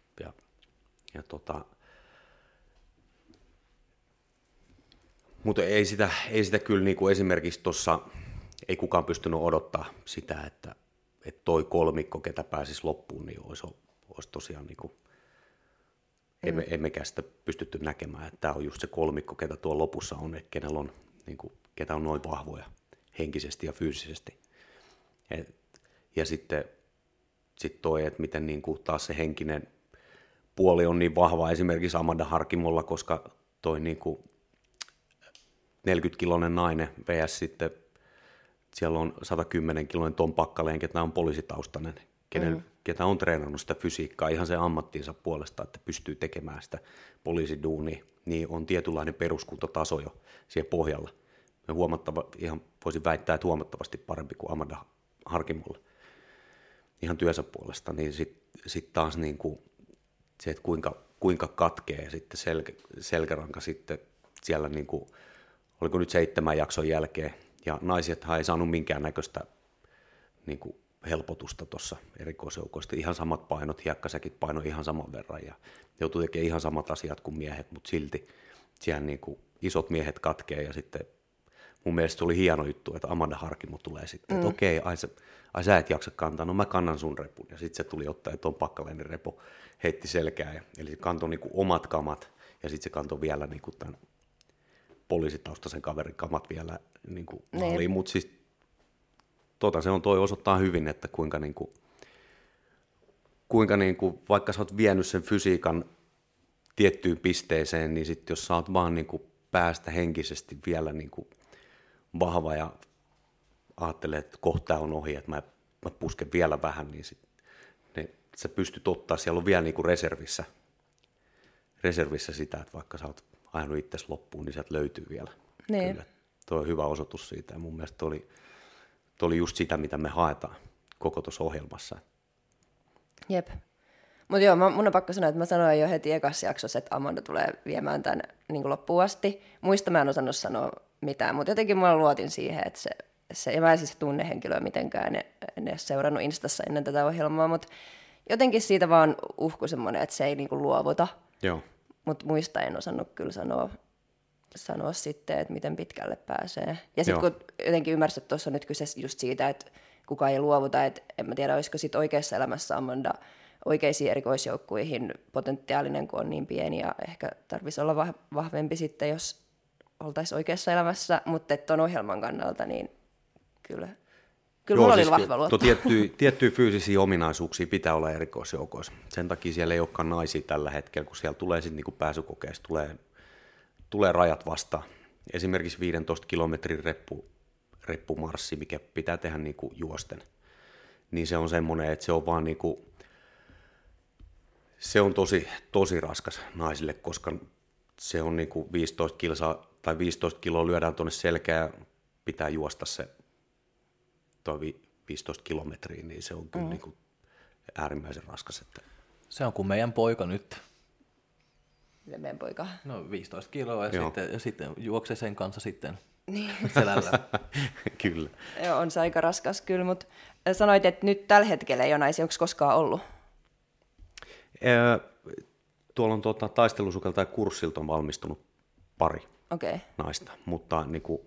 mutta ei sitä kyllä niinku esimerkiksi tuossa, ei kukaan pystynyt odottaa sitä, että toi kolmikko, ketä pääsisi loppuun, niin olisi tosiaan, niinku, emmekä sitä pystytty näkemään, että tämä on just se kolmikko, ketä tuo lopussa on, kenellä on, niinku, ketä on noin vahvoja henkisesti ja fyysisesti. Ja sitten toi, että miten niinku taas se henkinen puoli on niin vahva esimerkiksi Amanda Harkimolla, koska toi niinku 40-kiloinen nainen vs. sitten siellä on 110-kiloinen Tom Packalén, ketä on poliisitaustainen, ketä on treenannut sitä fysiikkaa ihan sen ammattiinsa puolesta, että pystyy tekemään sitä poliisiduunia, niin on tietynlainen peruskuntotaso jo siellä pohjalla. Ihan voisin väittää, että huomattavasti parempi kuin Amanda Harkimolla ihan työnsä puolesta, niin sitten taas niin kuin se, että kuinka katkee sitten selkäranka sitten siellä, niin kuin, oliko nyt 7 jakson jälkeen, ja naisethan ei saanut minkäännäköistä niin kuin helpotusta tuossa erikoisjoukoista. Ihan samat painot, hiekkasäkit painoi ihan saman verran, ja joutui tekemään ihan samat asiat kuin miehet, mutta silti siellä niin kuin isot miehet katkee, ja sitten mun mielestä se oli hieno juttu, että Amanda Harkimo tulee sitten, että okei, ai sä et jaksa kantaa, no mä kannan sun repun. Ja sitten se tuli ottaa, että on Packalénin repo, heitti selkää. Eli se kantoi niinku omat kamat ja sitten se kantoi vielä niinku tämän poliisitaustaisen kaverin kamat vielä niinku maaliin. Mutta siis se on toi osoittaa hyvin, että kuinka vaikka sä oot vienyt sen fysiikan tiettyyn pisteeseen, niin sitten jos sä oot vaan niinku päästä henkisesti vielä niinku vahva ja ajattelee, että kohta on ohi, että mä pusken vielä vähän, niin sä pystyt ottaa, siellä on vielä niinku reservissä sitä, että vaikka sä oot ajanut itsesi loppuun, niin sieltä löytyy vielä. Niin. Kyllä, toi on hyvä osoitus siitä, ja mun mielestä toi oli just sitä, mitä me haetaan koko tuossa ohjelmassa. Jep. Mutta joo, mun on pakko sanoa, että mä sanoin jo heti ekassa jaksossa, että Amanda tulee viemään tämän niin loppuun asti. Muista mä en osannut sanoa mitään, mutta jotenkin mä luotin siihen, että ja mä en siis tunne henkilöä mitenkään, en edes seurannut Instassa ennen tätä ohjelmaa, mutta jotenkin siitä vaan uhku semmoinen, että se ei niinku luovuta. Joo. Mutta muista en osannut kyllä sanoa sitten, että miten pitkälle pääsee. Ja sitten kun jotenkin ymmärsit, että tuossa on nyt kyse just siitä, että kuka ei luovuta, että en mä tiedä, olisiko sitten oikeassa elämässä Amanda oikeisiin erikoisjoukkuihin potentiaalinen, kun on niin pieni, ja ehkä tarvitsisi olla vahvempi sitten, jos oltaisiin oikeassa elämässä, mutta tuon ohjelman kannalta, niin kyllä mulla oli vahva luotto. Tiettyjä fyysisiä ominaisuuksia pitää olla erikoisjoukoissa. Sen takia siellä ei olekaan naisia tällä hetkellä, kun siellä tulee sitten niin pääsykokeessa, tulee rajat vastaan. Esimerkiksi 15 kilometrin reppumarssi, mikä pitää tehdä niin kuin juosten. Niin se on semmoinen, että se on vaan niin kuin, se on tosi raskas naisille, koska se on niin kuin 15 kiloa lyödään tuonne selkään ja pitää juosta se 15 15 kilometriä, niin se on kyllä niin kuin äärimmäisen raskas. Että... Se on kuin meidän poika nyt. Miten meidän poika? No 15 kiloa ja sitten juoksee sen kanssa sitten Niin. selällä. Kyllä. Joo, on se aika raskas kyllä, mutta sanoit, että nyt tällä hetkellä ei ole naisia. Onko koskaan ollut? Tuolla on taistelusukelta ja kurssilta on valmistunut pari naista, mutta niin kuin,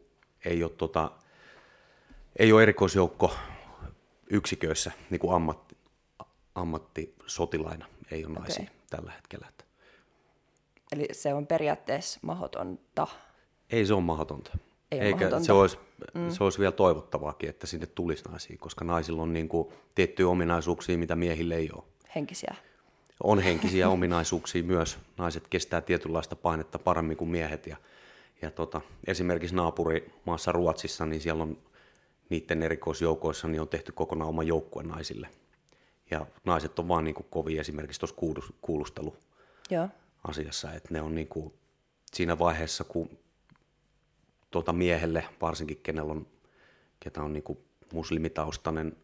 ei ole erikoisjoukko yksiköissä niin kuin ammattisotilaina, ei ole naisia tällä hetkellä. Eli se on periaatteessa mahdotonta. Ei se ole mahdotonta. Eikä se olisi vielä toivottavaakin, että sinne tulisi naisia, koska naisilla on niin kuin tiettyjä ominaisuuksia, mitä miehillä ei ole. Henkisiä. On henkisiä ominaisuuksia myös. Naiset kestää tietynlaista painetta paremmin kuin miehet. Ja esimerkiksi naapurimaassa Ruotsissa, niin siellä on niiden erikoisjoukoissa niin on tehty kokonaan oma joukkue naisille. Ja naiset on vaan niin kuin kovia esimerkiksi tuossa kuulusteluasiassa, että ne on niin kuin siinä vaiheessa, kun miehelle, varsinkin ketä on niin kuin muslimitaustainen,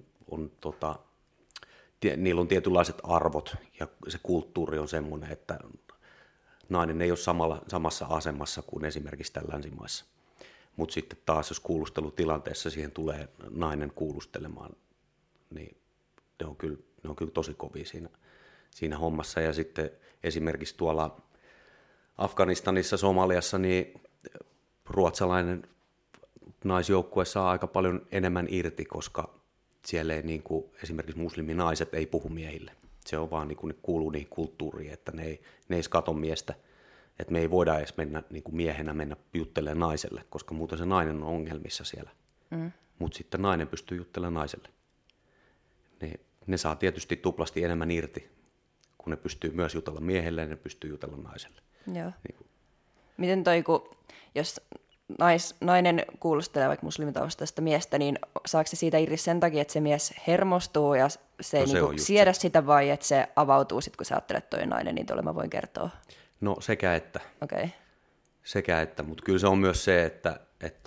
niillä on tietynlaiset arvot ja se kulttuuri on semmoinen, että nainen ei ole samassa asemassa kuin esimerkiksi täällä länsimaissa. Mutta sitten taas, jos kuulustelutilanteessa siihen tulee nainen kuulustelemaan, niin ne on kyllä tosi kovia siinä hommassa. Ja sitten esimerkiksi tuolla Afganistanissa, Somaliassa, niin ruotsalainen naisjoukkue saa aika paljon enemmän irti, koska siellä ei niin kuin, esimerkiksi musliminaiset ei puhu miehille. Se on vaan niin kuin, ne kuuluu niihin kulttuuriin, että ne ei edes kato miestä. Että me ei voida edes mennä niin kuin miehenä mennä juttelemaan naiselle, koska muuten se nainen on ongelmissa siellä. Mutta sitten nainen pystyy juttelemaan naiselle. Ne saa tietysti tuplasti enemmän irti, kun ne pystyy myös jutella miehelle ja ne pystyy jutella naiselle. Joo. Niin kuin. Miten jos nainen kuulustelee vaikka muslimitaustaista miestä, niin saako se siitä irti sen takia, että se mies hermostuu ja se ei niinku siedä sitä, vai että se avautuu sitten, kun sä ajattelet, että toi nainen, niin tuolle mä voin kertoa? No sekä että. Okay. Sekä että, mutta kyllä se on myös se, että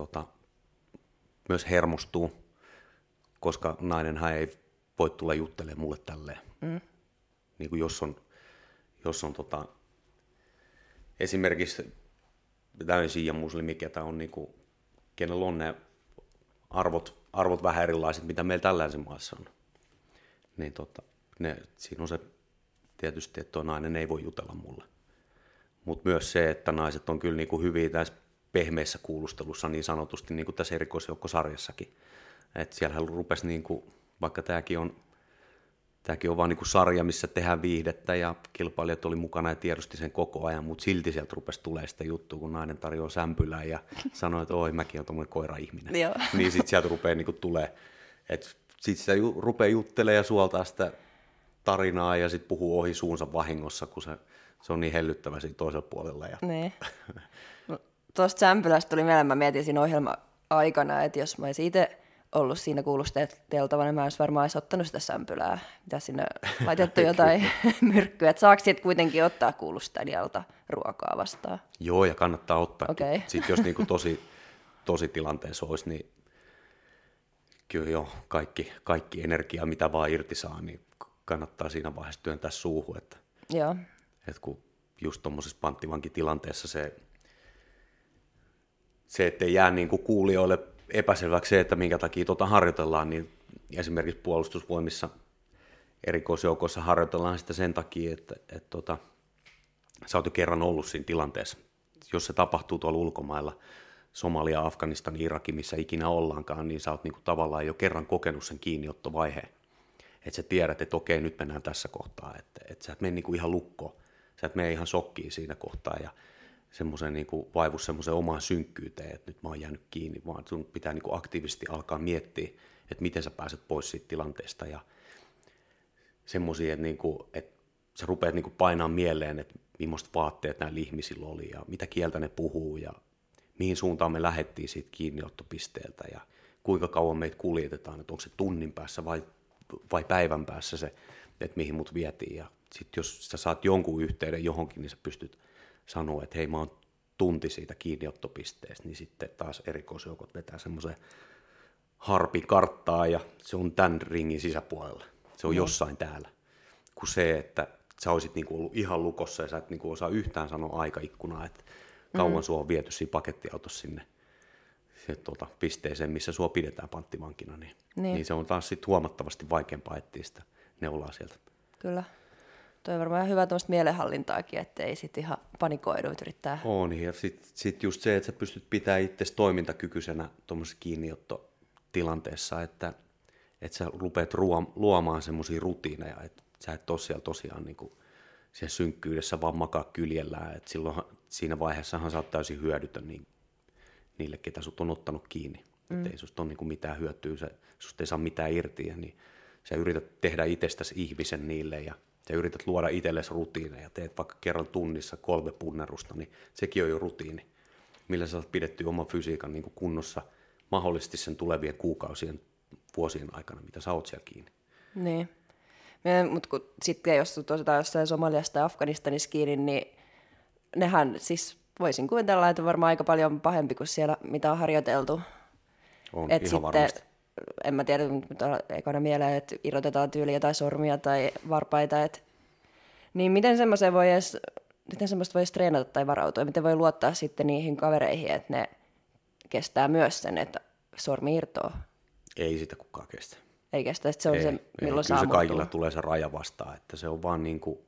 myös hermostuu, koska nainenhan ei voi tulla juttelemaan mulle tälleen. Niin kuin jos on esimerkiksi täysin ja muslimi, ketä on niinku, kenellä on ne arvot vähän erilaiset, mitä meillä tällä länsimaassa on. Niin siinä on se tietysti, että tuo nainen ei voi jutella mulle. Mutta myös se, että naiset on kyllä niinku hyviä tässä pehmeässä kuulustelussa niin sanotusti, niin kuin tässä erikoisjoukkosarjassakin. Että siellähän rupesi, niinku, vaikka tämäkin on vaan niinku sarja, missä tehdään viihdettä ja kilpailijat oli mukana ja tiedosti sen koko ajan, mutta silti sieltä rupesi tulee sitä juttua, kun nainen tarjoaa sämpylää ja sanoo, että oi, mäkin olen tommoinen koira-ihminen. Niin sitten sieltä rupeaa niinku tulee, että sitten sitä rupeaa juttelemaan ja suoltaa sitä tarinaa ja sitten puhuu ohi suunsa vahingossa, kun se on niin hellyttävä siinä toisella puolella. Niin. Tuosta sämpylästä tuli mieleen, mä mietin siinä ohjelma-aikana, että jos mä olisin itse ollut siinä kuulusteeltavana, niin mä olisin varmaan edes ottanut sitä sämpylää, mitä sinne laitettu jotain myrkkyä. Että saako siitä kuitenkin ottaa kuulustelijalta ruokaa vastaan? Joo, ja kannattaa ottaa. Okay. Sitten jos niinku tosi tilanteessa olisi, niin kyllä jo kaikki energia, mitä vaan irti saa, niin kannattaa siinä vaiheessa työntää suuhun. Että kun just tuommoisessa panttivankitilanteessa se ettei jää niin kuin kuulijoille epäselväksi se, että minkä takia harjoitellaan, niin esimerkiksi puolustusvoimissa erikoisjoukoissa harjoitellaan sitä sen takia, että sä oot jo kerran ollut siinä tilanteessa. Jos se tapahtuu tuolla ulkomailla, Somalia, Afganistan, Iraki, missä ikinä ollaankaan, niin sä oot niinku tavallaan jo kerran kokenut sen kiinniottovaiheen. Että sä tiedät, että okei, nyt mennään tässä kohtaa, että sä et mene niinku ihan lukkoon, sä et mene ihan shokkiin siinä kohtaa ja semmoisen niinku vaivu semmoiseen omaan synkkyyteen, että nyt mä oon jäänyt kiinni, vaan sun pitää niinku aktiivisesti alkaa miettiä, että miten sä pääset pois siitä tilanteesta ja semmoisia, että sä rupeat niinku painaa mieleen, että millaiset vaatteet näillä ihmisillä oli ja mitä kieltä ne puhuu ja mihin suuntaan me lähdettiin siitä kiinniottopisteeltä ja kuinka kauan meitä kuljetetaan, että onko se tunnin päässä vai päivän päässä se, että mihin mut vietiin. Ja sitten jos sä saat jonkun yhteyden johonkin, niin sä pystyt sanoa, että hei, mä oon tunti siitä kiinniottopisteestä, niin sitten taas erikoisjoukot vetää semmoisen harpin karttaa ja se on tämän ringin sisäpuolella. Se on jossain täällä. Kuin se, että sä olisit niinku ollut ihan lukossa ja sä et niinku osaa yhtään sanoa aikaikkunaa, että kauan sua on viety siinä pakettiautossa sinne pisteeseen, missä sua pidetään panttivankina. Niin se on taas sit huomattavasti vaikeampaa etsiä sitä neulaa sieltä. Kyllä. Toi on varmaan hyvä tuommoista mielenhallintaakin, ettei sitten ihan panikoidu, yrittää. On, ja sit just se, että sä pystyt pitämään itsesi toimintakykyisenä tuommoisessa kiinniottotilanteessa, että sä rupeat luomaan semmoisia rutiineja, että sä et ole siellä tosiaan niinku siellä synkkyydessä vaan makaa kyljellään, että silloin siinä vaiheessahan sä oot täysin hyödytön niille, ketä sut on ottanut kiinni. Että ei susta ole niinku mitään hyötyä, susta ei saa mitään irti, ja niin sä yrität tehdä itsestäsi ihmisen niille, ja sä yrität luoda itsellesi rutiineja, teet vaikka kerran tunnissa 3 punnerusta, niin sekin on jo rutiini, millä sä saat pidettyä oman fysiikan niin kuin kunnossa mahdollisesti sen tulevien kuukausien, vuosien aikana, mitä sä oot siellä kiinni. Niin. Mutta sitten jos otetaan jossain Somaliasta ja Afganistanissa kiinni, niin nehän siis voisin kuvitella, että on varmaan aika paljon pahempi kuin siellä, mitä on harjoiteltu. On Et ihan sitten, varmasti. en mä tiedä, mutta ekana mieleen, että irrotetaan tyyli jotain sormia tai varpaita. Niin miten semmoista voi edes treenata tai varautua? Miten voi luottaa sitten niihin kavereihin, että ne kestää myös sen, että sormi irtoaa? Ei sitä kukaan kestä. Ei kestä, että se on se, milloin Kyllä saa se kaikilla murtua. tulee se raja vastaan, että se on vaan niinku,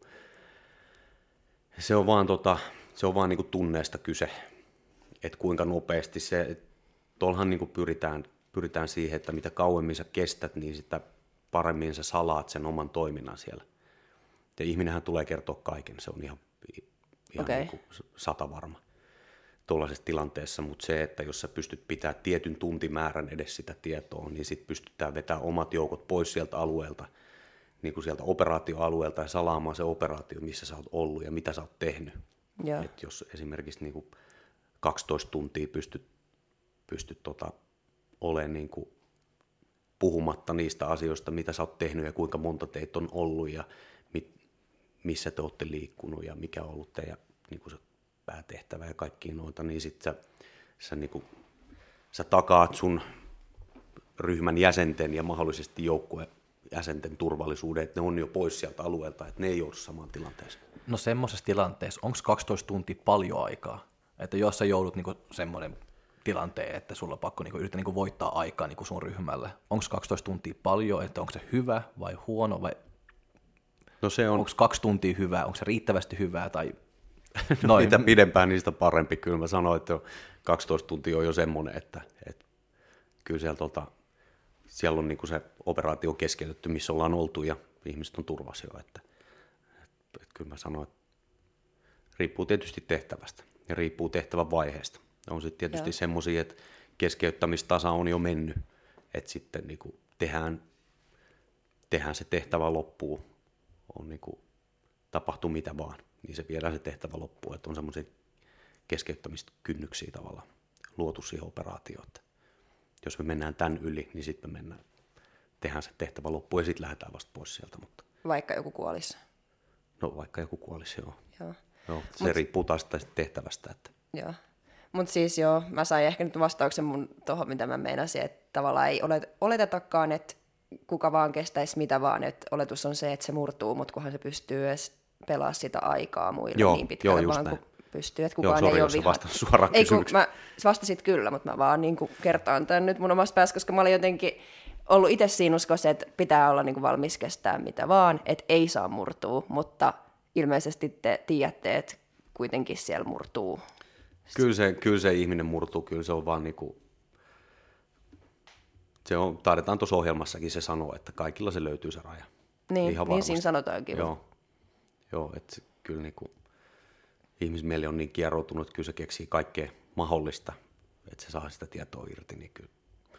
se on vaan niinku tunneesta kyse, että kuinka nopeasti se, tuollahan niinku pyritään siihen, että mitä kauemmin sä kestät, niin sitä paremmin sä salaat sen oman toiminnan siellä. Ja ihminenhän tulee kertoa kaiken, se on ihan Okei. niinku 100 varma tuollaisessa tilanteessa, mutta se, että jos sä pystyt pitämään tietyn tuntimäärän edes sitä tietoa, niin sitten pystytään vetämään omat joukot pois sieltä alueelta, niin kuin sieltä operaatioalueelta ja salaamaan se operaatio, missä sä oot ollut ja mitä sä oot tehnyt. Joo. Et jos esimerkiksi niin kuin 12 tuntia pystyt olemaan niin kuin puhumatta niistä asioista, mitä sä oot tehnyt ja kuinka monta teitä on ollut ja missä te olette liikkunut ja mikä on ollut teidän niin kuin se päätehtävä ja kaikki noita, niin sitten sä takaat sun ryhmän jäsenten ja mahdollisesti joukkueen jäsenten turvallisuuden, että ne on jo pois sieltä alueelta, että ne ei joudu samaan tilanteeseen. No semmoisessa tilanteessa, onko 12 tuntia paljon aikaa? Että jos sä joudut niinku semmoinen tilanteen, että sulla on pakko yrittää voittaa aikaa sun ryhmälle, onko 12 tuntia paljon, että onko se hyvä vai huono, vai No se on, onko 2 tuntia hyvää, onko se riittävästi hyvää, tai mitä pidempään niistä parempi. Kyllä mä sanoin, että 12 tuntia on jo semmoinen, että kyllä siellä on niinku se operaatio keskeytetty, missä ollaan oltu ja ihmiset on turvassa jo. Että kyllä mä sanoin, että riippuu tietysti tehtävästä ja riippuu tehtävän vaiheesta. On sitten tietysti semmoisia, että keskeyttämistasa on jo mennyt, että sitten niinku tehdään se tehtävä loppuun, on niinku, tapahtuu mitä vaan, niin se viedään se tehtävä loppuun, että on semmoisia keskeyttämiskynnyksiä tavallaan luotu siihen operaatioon, että jos me mennään tämän yli, niin sitten me tehdään se tehtävä loppuun ja sitten lähdetään vasta pois sieltä. Mutta Vaikka joku kuolisi. no vaikka joku kuolisi, joo. Joo. Se riippuu taas tästä tehtävästä. Että. Joo. Mutta siis joo, mä sain ehkä nyt vastauksen mun tuohon, mitä mä meinasin, että tavallaan ei oletetakaan, että kuka vaan kestäisi mitä vaan, että oletus on se, että se murtuu, mutta kunhan se pystyy edes pelaa sitä aikaa muille niin pitkälle vaan kuin pystyy, että kukaan ei ole viha. Suoraan ei, kun kysymykseen. mä vastasit kyllä, mutta mä vaan niin kuin kertaan tämän nyt mun omassa päässä, koska mä olin jotenkin ollut itse siinä uskossa, että pitää olla niin kuin valmis kestää mitä vaan, että ei saa murtua, mutta ilmeisesti te tiedätte, että kuitenkin siellä murtuu. Kyllä se ihminen murtuu, kyllä se on vaan niinku, taidetaan tuossa ohjelmassakin se sanoa, että kaikilla se löytyy se raja. Niin siinä sanotaankin. Joo, että kyllä niinku, ihmismieli on niin kieroutunut, että kyllä se keksii kaikkea mahdollista, että se saa sitä tietoa irti, niin kyllä.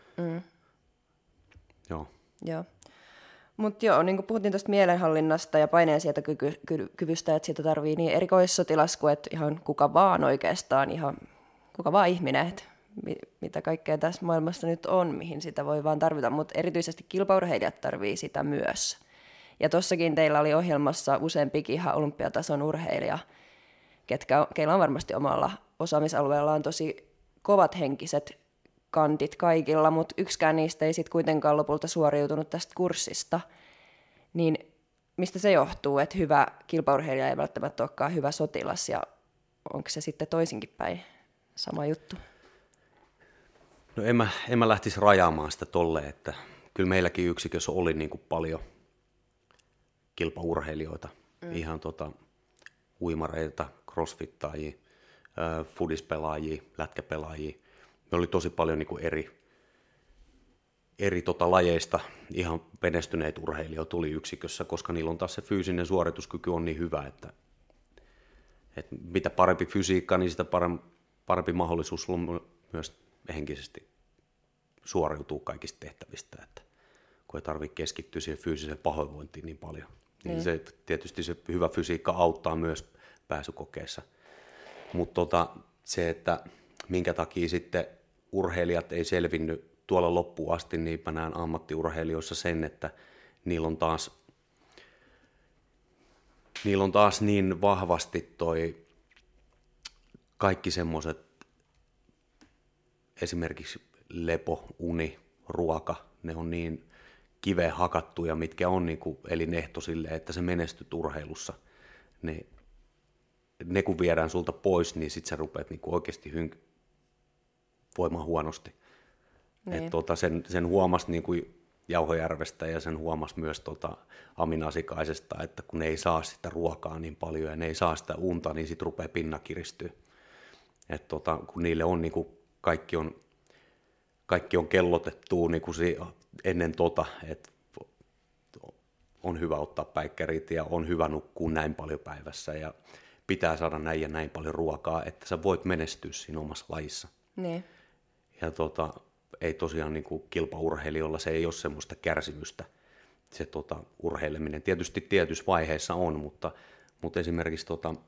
Joo. Mutta joo, niin kuin puhuttiin tuosta mielenhallinnasta ja paineensietokyvystä, että siitä tarvii niin erikoissotilas kuin että ihan kuka vaan oikeastaan, ihan kuka vaan ihminen, että mitä kaikkea tässä maailmassa nyt on, mihin sitä voi vaan tarvita, mutta erityisesti kilpaurheilijat tarvii sitä myös. Ja tossakin teillä oli ohjelmassa useampikin ihan olympiatason urheilija, keillä on varmasti omalla osaamisalueellaan tosi kovat henkiset kantit kaikilla, mutta yksikään niistä ei sitten kuitenkaan lopulta suoriutunut tästä kurssista. Niin mistä se johtuu, että hyvä kilpaurheilija ei välttämättä olekaan hyvä sotilas, ja onko se sitten toisinkin päin sama juttu? No en mä lähtisi rajaamaan sitä tolleen, että kyllä meilläkin yksikössä oli niin kuin paljon kilpaurheilijoita, ihan uimareita, crossfittaajia, fudispelaajia, lätkäpelaajia. Me oli tosi paljon niin kuin eri lajeista ihan menestyneitä urheilijoita tuli yksikössä, koska niillä on taas se fyysinen suorituskyky on niin hyvä, että mitä parempi fysiikka, niin sitä parempi mahdollisuus on myös henkisesti suoriutuu kaikista tehtävistä, että kun ei tarvitse keskittyä siihen fyysiseen pahoinvointiin niin paljon. Niin se, tietysti se hyvä fysiikka auttaa myös pääsykokeessa. Mutta se, että minkä takia sitten urheilijat ei selvinnyt tuolla loppuun asti, niin mä näen ammattiurheilijoissa sen, että niillä on taas niin vahvasti toi kaikki semmoiset esimerkiksi lepo, uni, ruoka, ne on niin kiveen hakattuja, mitkä on niinku elinehto sille, että se menestyt urheilussa. Ne kun viedään sulta pois, niin sit sä rupeat niinku oikeasti voimaan huonosti. Niin. Sen huomasi niinku Jauhojärvestä ja sen huomasi myös Aminaasikaisesta, että kun ne ei saa sitä ruokaa niin paljon ja ne ei saa sitä unta, niin sit rupeaa pinna kiristyä. Kun niille on niinku kaikki on kellotettu niinku ennen että on hyvä ottaa päikkärit ja on hyvä nukkua näin paljon päivässä ja pitää saada näin ja näin paljon ruokaa, että sä voit menestyä siinä omassa lajissa. Niin. Ja ei tosiaan niin kuin kilpaurheilijoilla se ei ole semmoista kärsimystä, se urheileminen. Tietysti tietyissä vaiheissa on, mutta esimerkiksi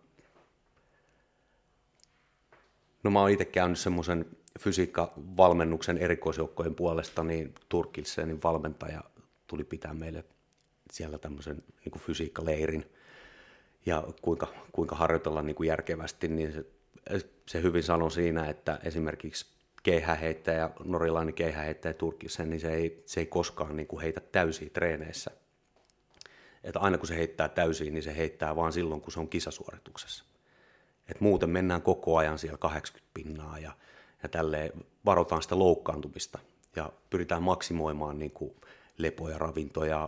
no mä oon itse käynyt semmoisen fysiikkavalmennuksen erikoisjoukkojen puolesta, niin Turkilsenin valmentaja tuli pitää meille siellä tämmöisen niin kuin fysiikkaleirin ja kuinka harjoitella niin kuin järkevästi, niin se hyvin sanoi siinä, että esimerkiksi keihäänheittäjä, norjalainen keihäänheittäjä Turkissa, niin se ei koskaan niin kuin heitä täysiä treeneissä. Että aina kun se heittää täysiin, niin se heittää vaan silloin, kun se on kisasuorituksessa. Et muuten mennään koko ajan siellä 80% ja tälleen varotaan sitä loukkaantumista ja pyritään maksimoimaan niin kuin lepo ja ravinto ja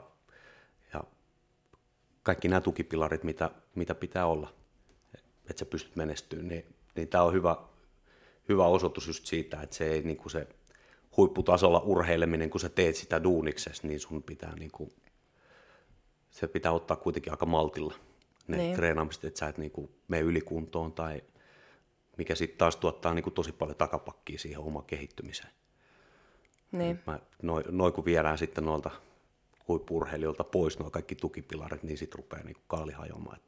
kaikki nämä tukipilarit, mitä pitää olla, että sä pystyt menestymään. Niin tämä on hyvä osoitus just siitä, että se ei niin kuin se huipputasolla urheileminen, kun sä teet sitä duuniksessa, niin sun pitää, niin kuin, se pitää ottaa kuitenkin aika maltilla ne treenaamiset, että sä et niin kuin mene ylikuntoon tai mikä sitten taas tuottaa niin kuin tosi paljon takapakkia siihen omaan kehittymiseen. Niin. Noin kun viedään sitten noilta huippu-urheilijoilta pois nuo kaikki tukipilarit, niin sitten rupeaa niin kuin kaali hajoamaan.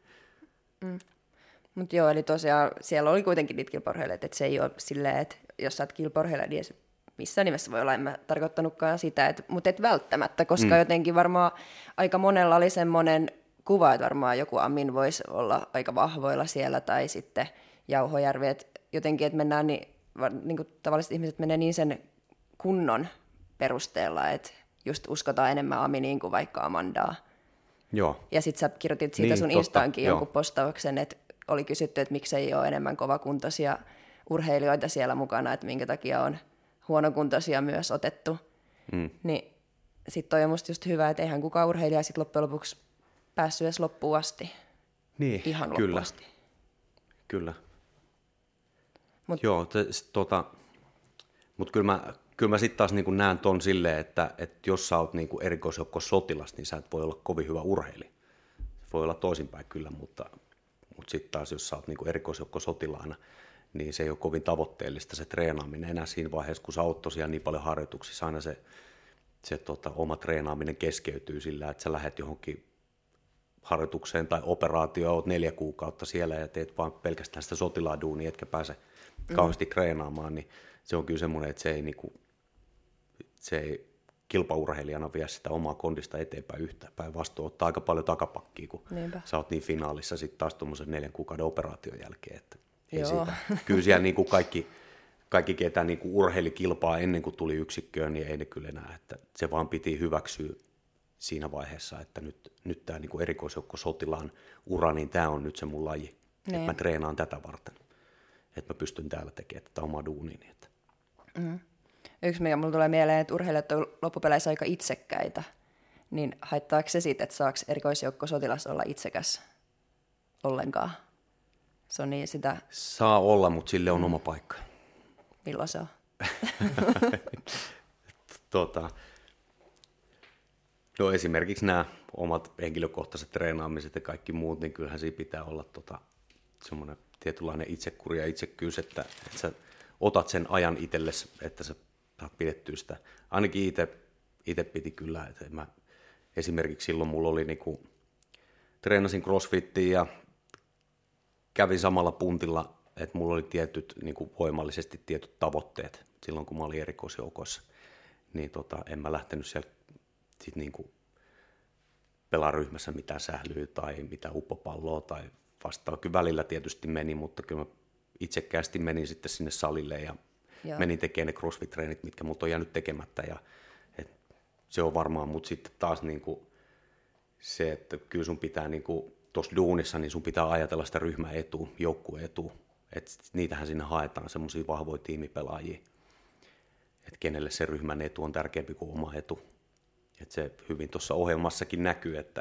Mutta joo, eli tosiaan siellä oli kuitenkin niitä kilpaurheilijoita, että se ei ole silleen, että jos sä oot kilpaurheilija, niin missään nimessä voi olla, en mä tarkoittanutkaan sitä, mutta et välttämättä, koska jotenkin varmaan aika monella oli semmoinen kuva, että varmaan joku Amin voisi olla aika vahvoilla siellä, tai sitten Jauhojärvi, että jotenkin, että mennään niin kuin tavalliset ihmiset menee niin sen kunnon perusteella, että just uskotaan enemmän Aminiin kuin vaikka Amandaa. Joo. Ja sit sä kirjoitit siitä sun Instaankin jonkun postauksen, että oli kysytty, että miksei ole enemmän kovakuntoisia urheilijoita siellä mukana, että minkä takia on huonokuntoisia myös otettu. Niin sit toi on musta just hyvä, että eihän kukaan urheilija sit loppujen lopuksi päässyt edes loppuun asti. Niin, ihan kyllä. loppuun asti. Kyllä. Joo, mutta kyllä mä sitten taas niin näen ton silleen, että jos sä oot niin erikoisjoukko sotilas, niin sä et voi olla kovin hyvä urheilija. Voi olla toisinpäin kyllä, mutta sitten taas jos sä oot niin erikoisjoukko sotilaana, niin se ei ole kovin tavoitteellista se treenaaminen enää siinä vaiheessa, kun sä oot tosiaan niin paljon harjoituksissa. Aina se oma treenaaminen keskeytyy sillä, että sä lähdet johonkin harjoitukseen tai operaatioon, oot 4 kuukautta siellä ja teet vaan pelkästään sitä sotilaaduunia, etkä pääse kauheasti treenaamaan, niin se on kyllä semmoinen, että se ei kilpaurheilijana vie sitä omaa kondista eteenpäin yhtään. Päinvastoin ottaa aika paljon takapakkia, kun sä oot niin finaalissa sitten taas tuommoisen 4 kuukauden operaation jälkeen. Että ei siitä. Kyllä siellä niin kuin kaikki ketä niin kuin urheili kilpaa ennen kuin tuli yksikköön, niin ei ne kyllä enää, että se vaan piti hyväksyä siinä vaiheessa, että nyt tämä niin kuin erikoisjoukko sotilaan ura, niin tämä on nyt se mun laji, että mä treenaan tätä varten, että mä pystyn täällä tekemään tätä omaa duuniini. Että. Yksi, mikä mulle tulee mieleen, että urheilijat on loppupeleissä aika itsekkäitä, niin haittaako se siitä, että saako erikoisjoukko sotilas olla itsekäs ollenkaan? Se on niin sitä... Saa olla, mutta sille on oma paikka. Milloin se on? No esimerkiksi nämä omat henkilökohtaiset treenaamiset ja kaikki muut, niin kyllähän siinä pitää olla semmoinen tietynlainen itsekuri ja itsekkyys, että sä otat sen ajan itsellesi, että sä saat pidettyä sitä. Ainakin itse piti kyllä, että mä esimerkiksi silloin mulla oli niinku, treenasin crossfittiä ja kävin samalla puntilla, että mulla oli tietyt niinku voimallisesti tietyt tavoitteet silloin, kun mä olin erikoisjoukoissa. Niin en mä lähtenyt siellä sit niinku pelaa ryhmässä mitään sählyä tai mitään uppopalloa tai vastaan. Kyllä välillä tietysti meni, mutta kyllä mä itsekkäästi menin sitten sinne salille ja menin tekemään ne crossfit-treenit, mitkä mut on jäänyt tekemättä. Ja, se on varmaan, mutta sitten taas niinku se, että kyllä sun pitää niinku, tuossa duunissa, niin sun pitää ajatella sitä ryhmäetua, joukkueetua. Että niitähän sinne haetaan, semmoisia vahvoja tiimipelaajia, että kenelle se ryhmän etu on tärkeämpi kuin oma etu. Että se hyvin tuossa ohjelmassakin näkyy, että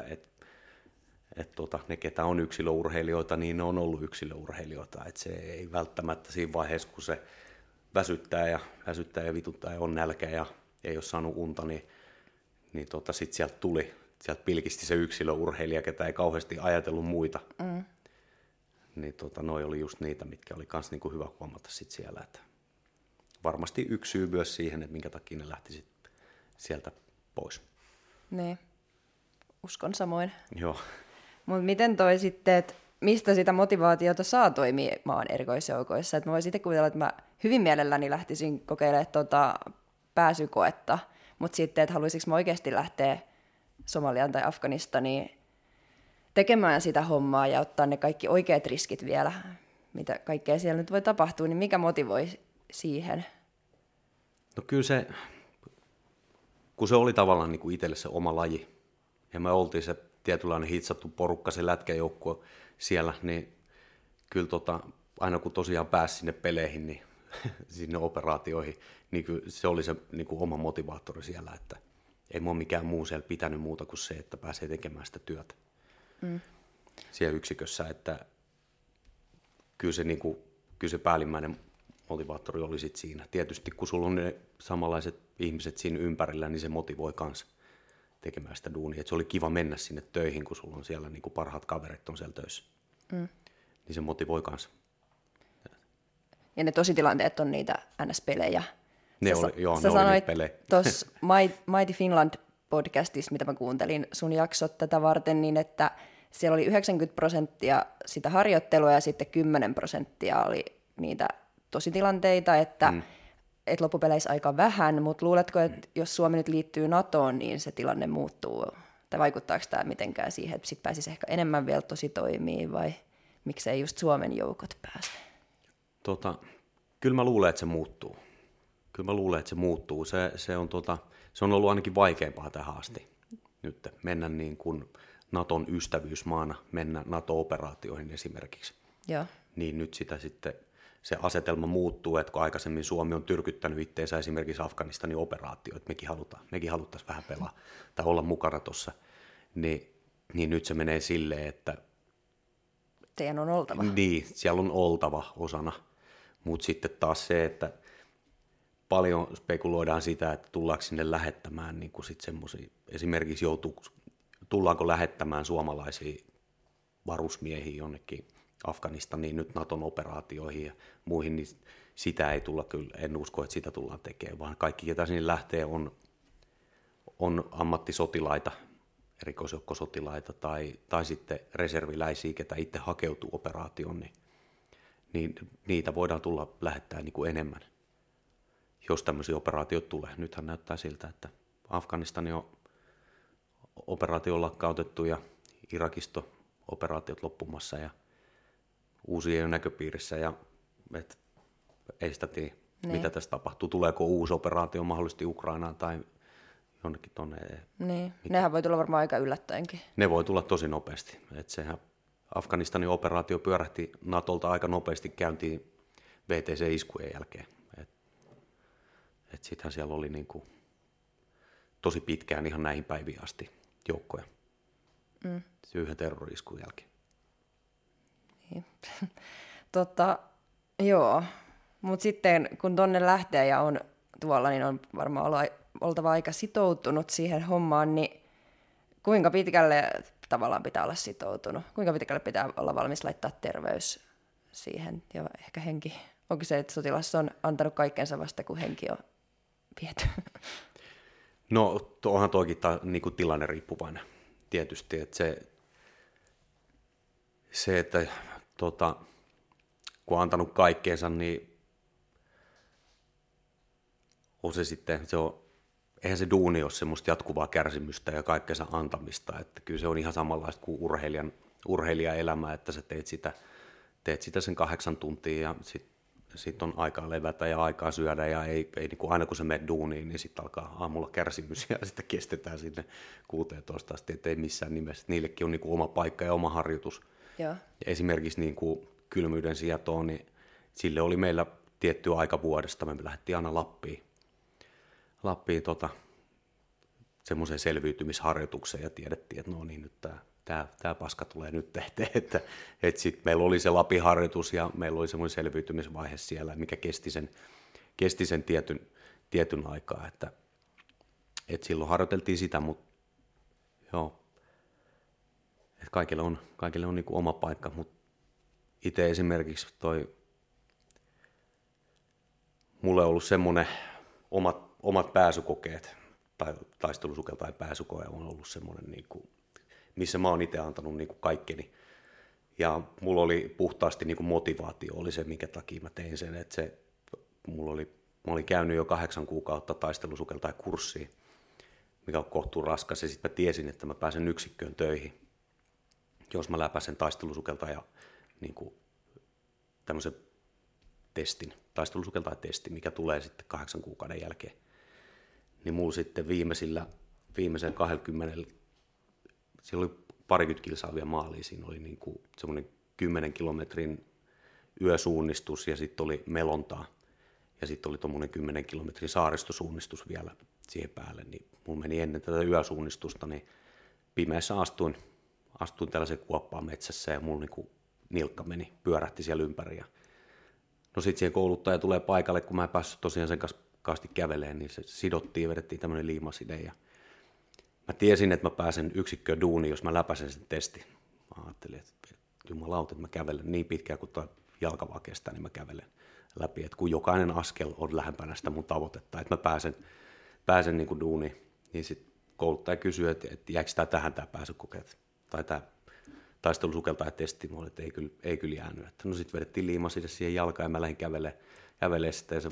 ne, ketä on yksilöurheilijoita, niin ne on ollut yksilöurheilijoita. Että se ei välttämättä siinä vaiheessa, kun se väsyttää ja vituttaa ja on nälkä ja ei ole saanut unta, niin sitten sieltä pilkisti se yksilöurheilija, ketä ei kauheasti ajatellut muita. Niin noi oli just niitä, mitkä oli kans niinku hyvä huomata sit siellä. Että varmasti yksi syy myös siihen, että minkä takia ne lähti sit sieltä pois. Niin, uskon samoin. Joo. Mutta miten toi sitten, että mistä sitä motivaatiota saa toimimaan erikoisjoukoissa? Et mä voisin itse kuvitella, että mä hyvin mielelläni lähtisin kokeilemaan pääsykoetta, mutta sitten, että haluaisinko mä oikeasti lähteä Somaliaan tai Afganistaniin tekemään sitä hommaa ja ottaa ne kaikki oikeat riskit vielä, mitä kaikkea siellä nyt voi tapahtua, niin mikä motivoi siihen? No kyllä se, kun se oli tavallaan niin kuin itselle se oma laji, ja me oltiin se tietynlainen hitsattu porukka, se lätkäjoukkue siellä, niin kyllä aina kun tosiaan pääsi sinne peleihin, niin sinne operaatioihin, niin kyllä se oli se niin kuin oma motivaattori siellä, että ei mua mikään muu siellä pitänyt muuta kuin se, että pääsee tekemään sitä työtä siellä yksikössä, että kyllä se päällimmäinen motivaattori oli sit siinä. Tietysti kun sulla on ne samanlaiset ihmiset siinä ympärillä, niin se motivoi kans tekemään sitä duunia. Et se oli kiva mennä sinne töihin, kun sulla on siellä niin kuin parhaat kaverit on siellä töissä. Niin se motivoi kans. Ja ne tositilanteet on niitä NS-pelejä. Ne Sä oli sanoit pelejä. tuossa Mighty Finland podcastissa, mitä mä kuuntelin sun jaksot tätä varten, niin että siellä oli 90% sitä harjoittelua ja sitten 10% oli niitä tositilanteita, että loppupeleissä aika vähän, mutta luuletko, että jos Suomi nyt liittyy NATOon, niin se tilanne muuttuu? Tai vaikuttaako tämä mitenkään siihen, että sitten pääsisi ehkä enemmän vielä tositoimiin vai miksei just Suomen joukot pääse? Kyllä mä luulen, että se muuttuu. Se on ollut ainakin vaikeampaa tähän asti. Nyt mennä niin kuin Naton ystävyysmaana, mennä NATO-operaatioihin esimerkiksi. Joo. Niin nyt sitä sitten se asetelma muuttuu, että kun aikaisemmin Suomi on tyrkyttänyt itseensä esimerkiksi Afganistanin operaatio, että mekin haluttaisiin vähän pelaa tai olla mukana tuossa, niin nyt se menee silleen, että teidän on oltava. Niin, siellä on oltava osana, mutta sitten taas se, että paljon spekuloidaan sitä, että tullaanko sinne lähettämään niin kuin sit semmoisia, esimerkiksi tullaanko lähettämään suomalaisia varusmiehiä jonnekin Afganistaniin nyt Naton operaatioihin ja muihin, niin sitä ei tulla kyllä, en usko, että sitä tullaan tekemään, vaan kaikki, ketä sinne lähtee, on ammattisotilaita, erikoisjoukkosotilaita tai sitten reserviläisiä, ketä itse hakeutuu operaatioon, niin niitä voidaan tulla lähettää niin kuin enemmän, jos tämmöisiä operaatioita tulee. Nythän näyttää siltä, että Afganistanin operaatio on lakkautettu ja Irakista operaatiot loppumassa ja uusia ei ole näköpiirissä ja ei sitä tiedä. mitä tässä tapahtuu. Tuleeko uusi operaatio mahdollisesti Ukrainaan tai jonnekin tuonne. Niin, nehän voi tulla varmaan aika yllättäenkin. Ne voi tulla tosi nopeasti. Et sehän Afganistanin operaatio pyörähti Natolta aika nopeasti käyntiin VTC-iskujen jälkeen. Et sittenhän siellä oli niinku tosi pitkään ihan näihin päiviin asti joukkoja. Yhden terrori-iskun jälkeen. Niin. Joo, mutta sitten kun tonne lähtee ja on tuolla, niin on varmaan oltava aika sitoutunut siihen hommaan, niin kuinka pitkälle tavallaan pitää olla sitoutunut? Kuinka pitkälle pitää olla valmis laittaa terveys siihen ja ehkä henki? Onko se, että sotilas on antanut kaikkensa vasta, kun henki on viety? No onhan toikin niinku tilanne riippuvainen tietysti, että se että kun on antanut kaikkeensa, niin on se sitten, eihän se duuni ole semmoista jatkuvaa kärsimystä ja kaikkensa antamista, että kyllä se on ihan samanlaista kuin urheilijan elämä, että sä teet sitä sen 8 tuntia ja sitten on aikaa levätä ja aikaa syödä ja ei niin kuin aina kun sä menet duuniin, niin sitten alkaa aamulla kärsimys ja sitten kestetään sinne 16 asti, ettei missään nimessä. Niillekin on niin kuin oma paikka ja oma harjoitus. Ja esimerkiksi niin kuin kylmyyden sietoon, niin sille oli meillä tietty aika vuodesta. Me lähdettiin aina Lappiin semmoiseen selviytymisharjoitukseen ja tiedettiin, että no niin, nyt tämä paska tulee nyt tehteen. Että sitten meillä oli se Lapin-harjoitus ja meillä oli semmoinen selviytymisvaihe siellä, mikä kesti sen tietyn aikaa. Että silloin harjoiteltiin sitä, mutta joo, että kaikille on niin kuin oma paikka, mutta itse esimerkiksi mulle on ollut semmoinen omat pääsykokeet, tai taistelusukeltajan pääsykoe on ollut semmoinen, niin kuin, missä mä oon itse antanut niin kuin kaikkeni. Ja mulla oli puhtaasti niin kuin motivaatio, oli se, minkä takia mä tein sen. Että mä olin käynyt jo 8 kuukautta taistelusukeltajan kurssiin, mikä on kohtuun raskas, ja sitten mä tiesin, että mä pääsen yksikköön töihin, jos mä läpäisen taistelusukeltajan niin kuin tämmöisen testin, taistelusukeltajan testi, mikä tulee sitten 8 kuukauden jälkeen. Niin mulla sitten viimeisen 20, siellä oli 20 kilsaa vielä maaliin, siinä oli niin kuin semmoinen 10 kilometrin yösuunnistus ja sitten oli melontaa ja sitten oli tuommoinen 10 kilometrin saaristosuunnistus vielä siihen päälle, niin mulla meni ennen tätä yösuunnistusta, niin pimeässä astuin tällaiseen kuoppaan metsässä ja mulla niin nilkka pyörähti siellä ympäri. Ja no sitten siihen kouluttaja tulee paikalle, kun mä en päässyt tosiaan sen kanssa kävelemään, niin se sidottiin ja vedettiin tämmöinen liimaside. Ja mä tiesin, että mä pääsen yksikköön duuniin, jos mä läpäisen sen testin. Mä ajattelin, että jumalauta, että mä kävelen niin pitkään kuin tuo jalka vaan kestää, niin mä kävelen läpi. Että kun jokainen askel on lähempänä sitä mun tavoitetta, että mä pääsen niin kuin duuniin, niin sitten kouluttaja kysyy, että jäikö tähän tämä pääsykokeet tai tämä taistelusukeltajan testi. Mä olin, että ei kyllä jäänyt. Että no sitten vedettiin liimaside siihen jalkaan ja mä lähdin kävelemään sitä ja se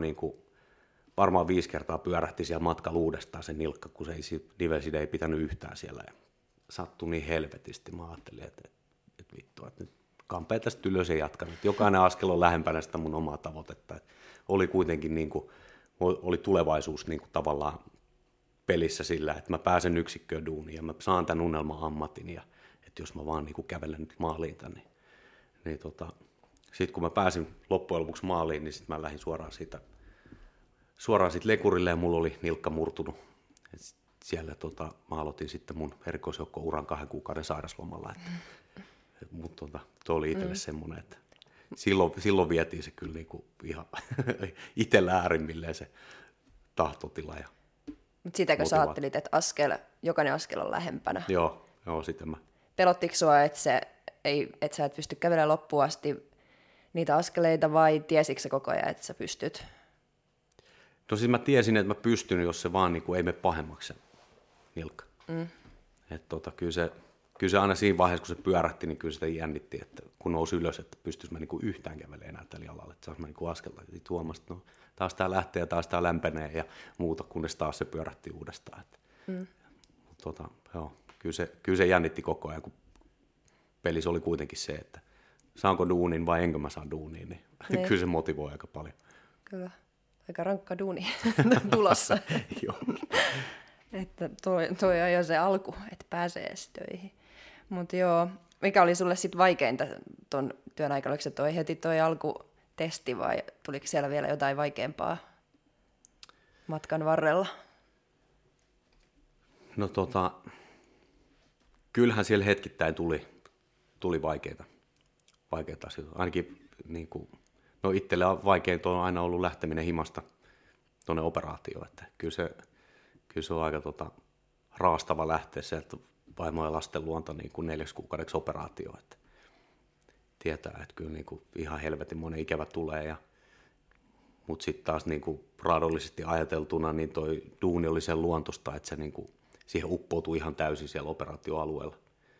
varmaan 5 kertaa pyörähti siellä matkalla uudestaan se nilkka, kun se nivelside ei pitänyt yhtään siellä. Ja sattui niin helvetisti. Mä ajattelin, että vittu, että nyt kampeen tästä ylös ja jatkan. Jokainen askel on lähempänä sitä mun omaa tavoitetta. Et oli kuitenkin niin kuin, oli tulevaisuus niin kuin tavallaan pelissä sillä, että mä pääsen yksikköön duuniin ja mä saan tämän unelman ammatin. Ja että jos mä vaan niin kuin kävelen nyt maaliin tänne, niin sitten kun mä pääsin loppujen lopuksi maaliin, niin sitten mä lähdin suoraan siitä lekurille ja mulla oli nilkka murtunut. Et siellä mä aloitin sitten mun erikoisjoukko-uran 2 kuukauden sairaslomalla. Mutta tuo oli itselle semmoinen, että silloin vietiin se kyllä niinku ihan itsellä äärimmilleen se tahtotila. Mutta sitäkö sä ajattelit, että jokainen askel on lähempänä? Joo, sitten mä. Pelottiko sua, että sä et pysty kävelemään loppuun asti niitä askeleita vai tiesikö sä koko ajan, että sä pystyt? No siis mä tiesin, että mä pystyn, jos se vaan niinku ei mene pahemmaksi se nilkka. Että kyllä se aina siinä vaiheessa, kun se pyörähti, niin kyllä sitä jännitti, että kun nousi ylös, että pystyisi mä niinku yhtään kävelemään enää tällä jalalla, että saisi mä niinku askelta. Ja sitten huomasi, että no, taas tää lähtee ja taas tää lämpenee ja muuta, kunnes taas se pyörähti uudestaan. Joo, kyllä se jännitti koko ajan, kun pelissä oli kuitenkin se, että saanko duunin vai enkö mä saa duuniin, niin kyllä se motivoi aika paljon. Kyllä. Aika rankka duuni tulossa. Joo. Että toi on jo se alku, että pääsee edes töihin. Mutta joo, mikä oli sulle sitten vaikeinta ton työn aikana? Oliko se heti toi alkutesti vai tuliko siellä vielä jotain vaikeampaa matkan varrella? No kyllähän siellä hetkittäin tuli vaikeita asioita. Ainakin niin kuin, no itselle vaikeinta on aina ollut lähteminen himasta tuonne operaatioon. Että kyllä se on aika raastava lähteä sieltä vaimo ja lasten luonta niin kuin 4 kuukaudeksi operaatioon. Että tietää, että kyllä niin kuin ihan helvetinmoinen ikävä tulee. Mutta sitten taas niin kuin raadollisesti ajateltuna, niin toi duuni oli sen luontosta, että se niin kuin siihen uppoutui ihan täysin siellä operaatioalueella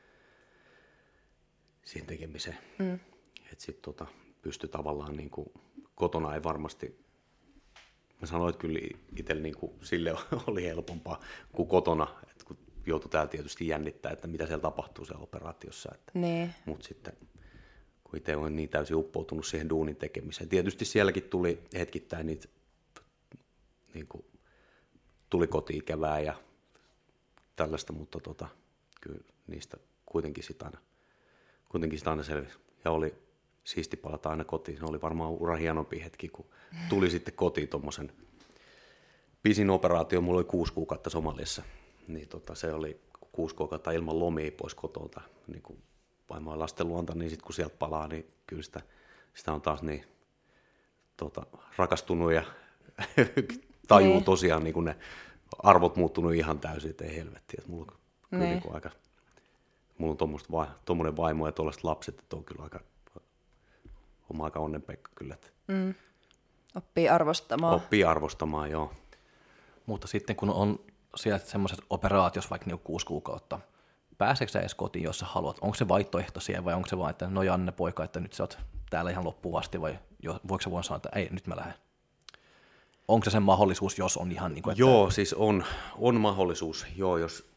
siihen tekemiseen. Että sitten pystyi tavallaan niin kuin, kotona ei varmasti, mä sanoin, että kyllä itsellä niin kuin, sille oli helpompaa kuin kotona, että kun joutui täällä tietysti jännittää, että mitä siellä tapahtuu siellä operaatiossa. Niin. Mutta sitten kun itse olen niin täysin uppoutunut siihen duunin tekemiseen. Tietysti sielläkin tuli hetkittäin niitä, niin kuin, tuli koti-ikävää ja tällaista, mutta kyllä niistä kuitenkin sitä aina selvisi. Ja oli siisti palata aina kotiin. Se oli varmaan uran hienompi hetki, kun tuli sitten kotiin tuommoisen pisin operaatio. Mulla oli 6 kuukautta Somaliassa. Niin se oli 6 kuukautta ilman lomia pois kotolta. Niin kuin vaimo ja lasten luonta, niin sitten kun sieltä palaa, niin kyllä sitä on taas niin rakastunut ja tajuu tosiaan niin kuin ne arvot muuttunut ihan täysin, että ei helvetti. Että mulla on niin kuin mulla on tommoinen vaimo ja tuollaiset lapset, että on kyllä aika onnenpekka kyllä. Oppii arvostamaan. Oppii arvostamaan, joo. Mutta sitten kun on siellä semmoisessa operaatiossa vaikka 6 kuukautta, pääseekö sä edes kotiin, jos sä haluat? Onko se vaihtoehto siellä vai onko se vaan, että no Janne poika, että nyt sä oot täällä ihan loppuun asti vai voiko sä voin sanoa, että ei, nyt mä lähden? Onko se sen mahdollisuus, jos on ihan niin kuin, että... Joo, siis on mahdollisuus, joo, jos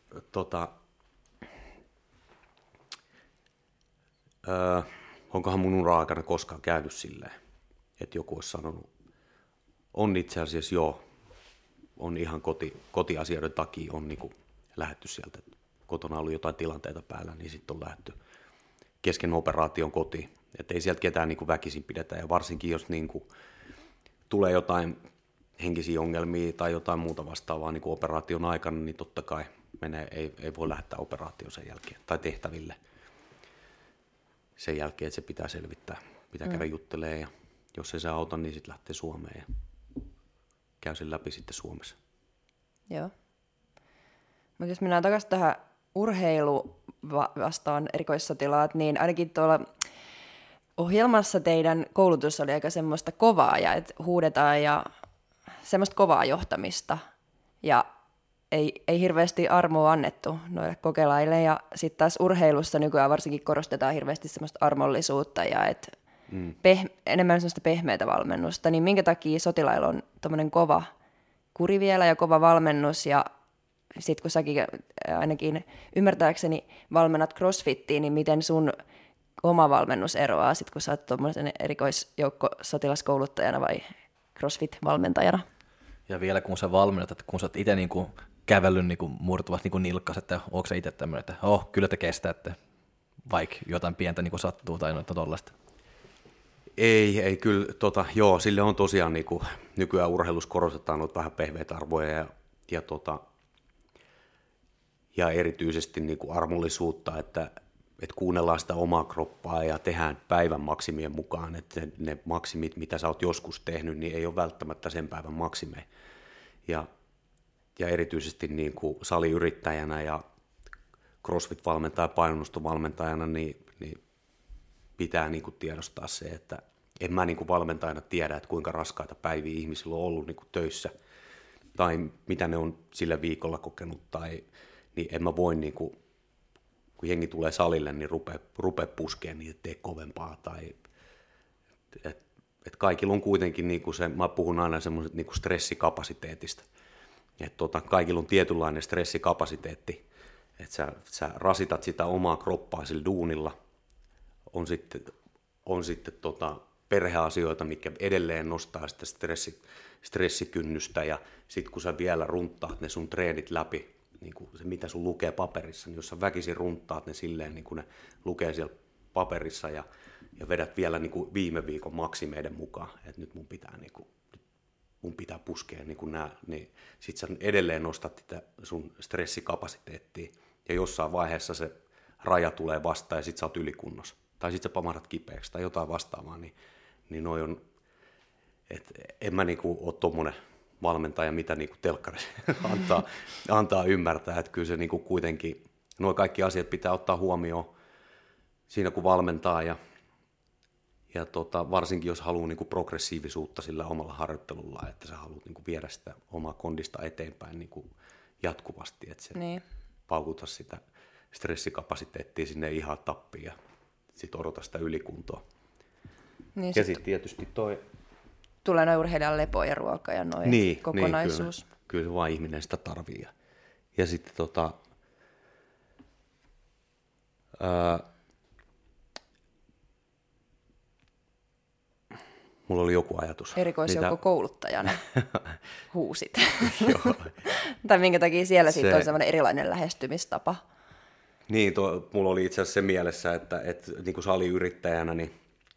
onkohan mun ura-aikana koskaan käynyt silleen, että joku olisi sanonut, on itse asiassa joo, on ihan kotiasioiden takia on niinku lähdetty sieltä, kotona on ollut jotain tilanteita päällä, niin sitten on lähdetty kesken operaation kotiin, että ei sieltä ketään niinku väkisin pidetä, ja varsinkin jos niinku tulee jotain henkisiä ongelmia tai jotain muuta vastaavaa niinku operaation aikana, niin totta kai ei voi lähettää operaation sen jälkeen tai tehtäville sen jälkeen, että se pitää selvittää, pitää käydä juttelemaan ja jos ei saa auta, niin sitten lähtee Suomeen ja käy sen läpi sitten Suomessa. Joo. Mutta jos mennään takaisin tähän urheilu vastaan erikoissotilaat, niin ainakin tuolla ohjelmassa teidän koulutus oli aika semmoista kovaa ja että huudetaan ja semmoista kovaa johtamista ja ei hirveästi armoa annettu noille kokelaille ja sitten taas urheilussa nykyään varsinkin korostetaan hirveästi semmoista armollisuutta ja enemmän semmoista pehmeätä valmennusta, niin minkä takia sotilailla on tommoinen kova kuri vielä ja kova valmennus ja sitten kun säkin ainakin ymmärtääkseni valmennat crossfittiin, niin miten sun oma valmennus eroaa sit kun sä oot tommoisen erikoisjoukko-sotilaskouluttajana vai crossfit-valmentajana? Ja vielä kun sä valmennat, että kun sä oot itse niinku kävellyt niinku murtuvasti niinku nilkkas, että onko se itse tämmöinen, että kyllä te kestätte, vaikka jotain pientä niinku sattuu tai noita tollaista? Ei kyllä, joo, sille on tosiaan niinku, nykyään urheilussa korostetaan noita vähän pehmeitä arvoja ja erityisesti niinku armollisuutta, että kuunnellaan sitä omaa kroppaa ja tehdään päivän maksimien mukaan, että ne maksimit, mitä sä oot joskus tehnyt, niin ei ole välttämättä sen päivän maksimeja. Ja erityisesti niin kuin saliyrittäjänä ja CrossFit-valmentaja, painonnostovalmentajana, niin pitää niin kuin tiedostaa se, että en mä niin kuin valmentajana tiedä, että kuinka raskaita päiviä ihmisillä on ollut niin kuin töissä tai mitä ne on sillä viikolla kokenut, niin en mä voi, niin kuin, kun jengi tulee salille, niin rupea puskeen niitä, tee kovempaa. Et kaikilla on kuitenkin, niin kuin se, mä puhun aina semmoiset niin kuin stressikapasiteetista, että kaikilla on tietynlainen stressikapasiteetti, että sä rasitat sitä omaa kroppaa sillä duunilla, on sitten perheasioita, mitkä edelleen nostaa sitä stressikynnystä, ja sitten kun sä vielä runttaat ne sun treenit läpi, niin kuin se mitä sun lukee paperissa, niin jos sä väkisin runttaat ne silleen, niin kuin ne lukee siellä paperissa, ja vedät vielä niin kuin viime viikon maksimeiden mukaan, että nyt mun pitää puskea niin kuin nää, niin sit sä edelleen nostat sitä sun stressikapasiteettia, ja jossain vaiheessa se raja tulee vastaan, ja sit sä oot ylikunnossa, tai sit sä pamahdat kipeäksi, tai jotain vastaavaa, niin noi on, että en mä niinku ole tommonen valmentaja, mitä niinku telkkarissa antaa ymmärtää, että kyllä se niinku kuitenkin, nuo kaikki asiat pitää ottaa huomioon siinä, kun valmentaa, ja varsinkin jos haluaa niinku progressiivisuutta sillä omalla harjoittelulla, että sä haluat niinku viedä sitä omaa kondista eteenpäin niinku jatkuvasti, että se paukuta sitä stressikapasiteettia sinne ihan tappiin ja sitten odota sitä ylikuntoa. Niin ja sitten tietysti tulee noin urheilijan lepo ja ruoka ja noin kokonaisuus. Niin, kyllä se vaan ihminen sitä tarvii. Ja sitten mulla oli joku ajatus. Erikoisjoukkokouluttajana huusit. Tai minkä takia siellä sitten on sellainen erilainen lähestymistapa. Niin, mulla oli itse asiassa se mielessä, että niin kuin saliyrittäjänä, niin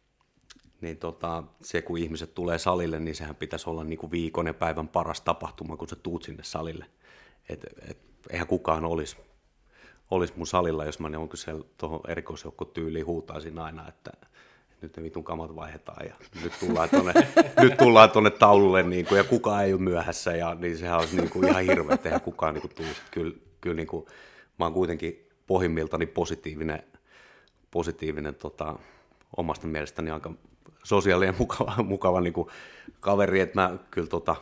se kun ihmiset tulee salille, niin sehän pitäisi olla niin kuin viikon ja päivän paras tapahtuma, kun sä tuut sinne salille. Eihän kukaan olisi mun salilla, jos mä onko siellä tuohon erikoisjoukkotyyliin huutaisin aina, että nyt ne vitun kamat vaihdetaan ja nyt tullaan tuonne taululle niin kuin, ja kukaan ei ole myöhässä, ja niin sehän olisi niin kuin ihan hirveä, että eihän kukaan niin kuin tulisi. Kyllä niin kuin, mä oon kuitenkin pohjimmiltani positiivinen omasta mielestäni aika sosiaalinen mukava niin kuin kaveri, että mä kyllä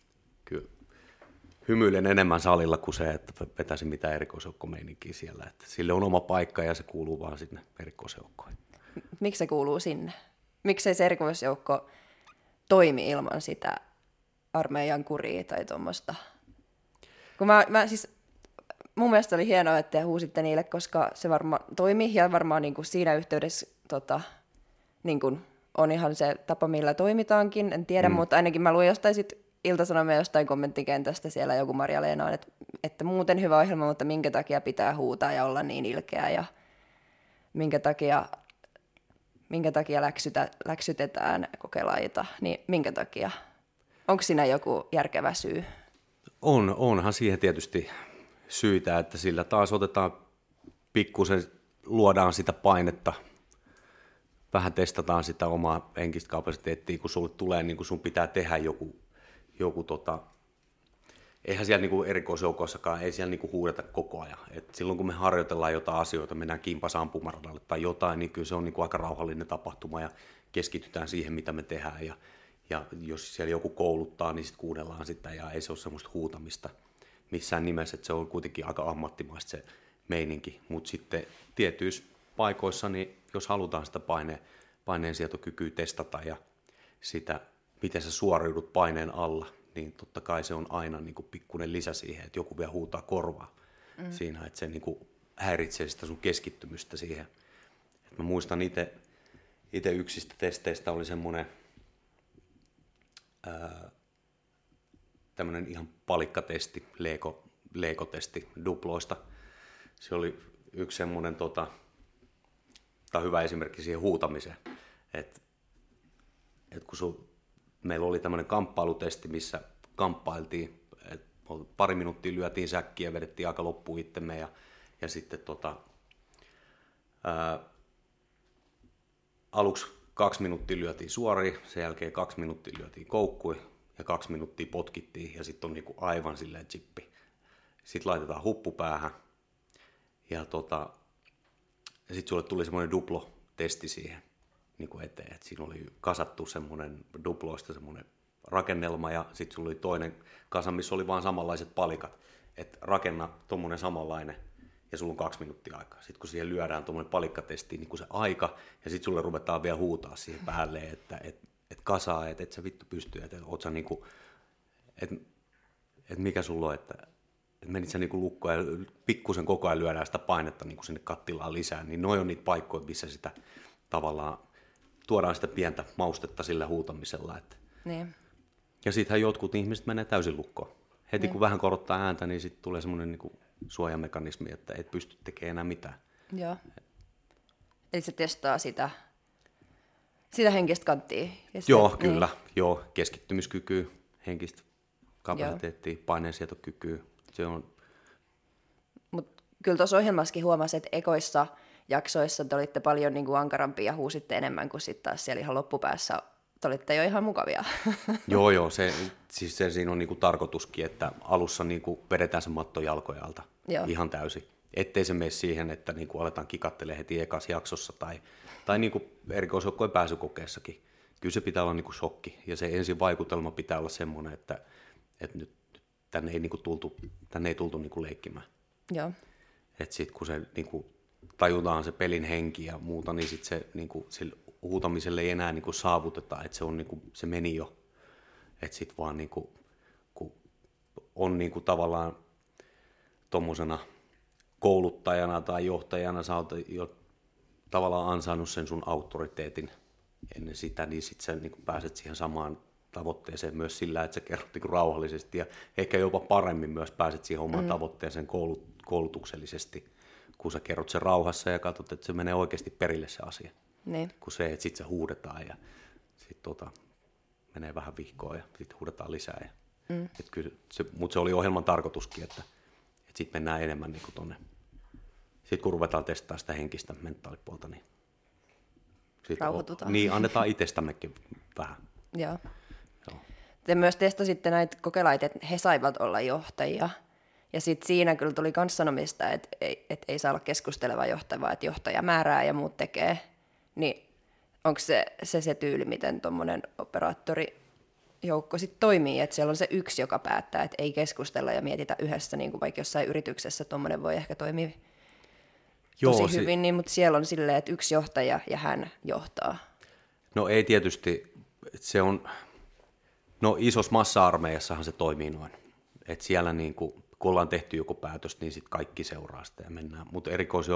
hymyilen enemmän salilla kuin se, että vetäisin mitään erikoisjoukkomeininkiä siellä. Että sille on oma paikka ja se kuuluu vaan sinne erikoisjoukkoihin. Miksi se kuuluu sinne? Miksei se erikoisjoukko toimi ilman sitä armeijan kuria tai tuommoista? Kun mun mielestä oli hienoa, että te huusitte niille, koska se varmaan toimi ja varmaan niin kuin siinä yhteydessä niin kuin on ihan se tapa, millä toimitaankin. En tiedä, mutta ainakin mä luin jostain Ilta-Sanomia jostain kommenttikentästä siellä joku Marja-Leena, että muuten hyvä ohjelma, mutta minkä takia pitää huutaa ja olla niin ilkeä ja minkä takia läksytetään kokelaita, niin minkä takia? Onko siinä joku järkevä syy? Onhan siihen tietysti syitä, että sillä taas otetaan pikkusen, luodaan sitä painetta, vähän testataan sitä omaa henkistä kapasiteettia, kun sulle tulee, niin kuin sun pitää tehdä joku eihän siellä niin erikoisjoukoissakaan, ei siellä niin huudeta koko ajan. Et silloin kun me harjoitellaan jotain asioita, mennään kimpassa ampumaradalle tai jotain, niin kyllä se on niin aika rauhallinen tapahtuma ja keskitytään siihen, mitä me tehdään. Ja jos siellä joku kouluttaa, niin sitten kuunnellaan sitä ja ei se ole semmoista huutamista missään nimessä, että se on kuitenkin aika ammattimaista se meininki. Mutta sitten tietyissä paikoissa, niin jos halutaan sitä paineensietokykyä testata ja sitä, miten sä suoriudut paineen alla, niin totta kai se on aina niin kuin pikkuinen lisä siihen, että joku vielä huutaa korvaa siinä, että se niin kuin häiritsee sitä sun keskittymystä siihen. Et mä muistan itse yksistä testeistä oli semmoinen tämmöinen ihan palikkatesti, Lego-testi duploista. Se oli yksi semmoinen tai hyvä esimerkki siihen huutamiseen, että kun meillä oli tämmöinen kamppailutesti, missä kamppailtiin, pari minuuttia lyötiin säkkiä ja vedettiin aika loppuun itsemme ja sitten aluksi 2 minuuttia lyötiin suoriin, sen jälkeen 2 minuuttia lyötiin koukkuun ja 2 minuuttia potkittiin ja sitten on niinku aivan silleen chippi. Sitten laitetaan huppu päähän ja sitten sulle tuli semmoinen duplo-testi siihen niin kuin eteen, että siinä oli kasattu semmoinen duploista semmoinen rakennelma ja sitten sulla oli toinen kasa, missä oli vaan samanlaiset palikat, että rakenna tommonen samanlainen ja sulla on 2 minuuttia aikaa. Sitten kun siihen lyödään tommonen palikkatesti, niin kuin se aika ja sitten sulle ruvetaan vielä huutaa siihen päälle, että kasaa, että et sä vittu pysty, että oot sä niinku, että mikä sulla on, että menit sä niinku lukkoon ja pikkusen koko ajan lyödään sitä painetta niinku sinne kattilaan lisää, niin noi on niitä paikkoja, missä sitä tavallaan tuodaan sitä pientä maustetta sillä huutamisella. Että. Niin. Ja sittenhän jotkut ihmiset menee täysin lukkoon. Heti kun vähän korottaa ääntä, niin sitten tulee semmoinen niin kuin suojamekanismi, että et pysty tekemään enää mitään. Joo. Eli se testaa sitä henkistä kanttia. Joo, kyllä. Joo, keskittymiskykyä, henkistä kapasiteettia, paineensietokykyä. Se on. Mutta kyllä tuossa ohjelmassakin huomasi, että ekoissa jaksoissa te olitte paljon niin kuin ankarampia ja huusitte enemmän kuin sitten taas siellä ihan loppupäässä te olitte jo ihan mukavia. Joo, se siinä on niinku tarkoituskin, että alussa niinku vedetään se matto jalkojen alta ihan täysin. Ettei se mene siihen, että niinku aletaan kikattelemaan heti ekassa jaksossa tai niinku erikoisjoukkojen pääsykokeessakin. Kyllä se pitää olla niinku shokki ja se ensin vaikutelma pitää olla semmoinen, että nyt tänne ei tultu niinku leikkimään. Joo. Että sitten kun se niinku tajutaan se pelin henki ja muuta, niin sitten se niinku sillä huutamiselle ei enää niinku saavuteta, että se on niinku, se meni jo. Että sitten vaan niinku, kun on niinku tavallaan tommosena kouluttajana tai johtajana sä oot jo tavallaan ansainnut sen sun auktoriteetin ennen sitä, niin sitten sä niinku pääset siihen samaan tavoitteeseen myös sillä, että sä kerrot niinku rauhallisesti ja ehkä jopa paremmin myös pääset siihen omaan tavoitteeseen koulutuksellisesti, kun sä kerrot sen rauhassa ja katsot, että se menee oikeasti perille se asia. Niin. Kun se, että sitten se huudetaan ja sitten menee vähän vihkoon ja sitten huudetaan lisää. Mutta se oli ohjelman tarkoituskin, että sitten mennään enemmän niin tuonne. Sitten kun ruvetaan testaamaan sitä henkistä mentaalipuolta, niin rauhoitutaan. Niin, annetaan itsestämmekin vähän. Joo. Joo. Te myös testasitte näitä kokelaita, että he saivat olla johtajia. Ja sitten siinä kyllä tuli myös sanomista, että ei saa olla keskusteleva johtaja, että johtaja määrää ja muut tekee. Niin onko se tyyli, miten tuommoinen operaattorijoukko sitten toimii, että siellä on se yksi, joka päättää, että ei keskustella ja mietitä yhdessä, niin kuin vaikka jossain yrityksessä tuommoinen voi ehkä toimia tosi hyvin, niin, mutta siellä on silleen, että yksi johtaja ja hän johtaa. No ei tietysti, se on, isossa massa-armeijassahan se toimii noin, että siellä niin kun ollaan tehty joku päätös, niin sitten kaikki seuraa sitä ja mennään, mutta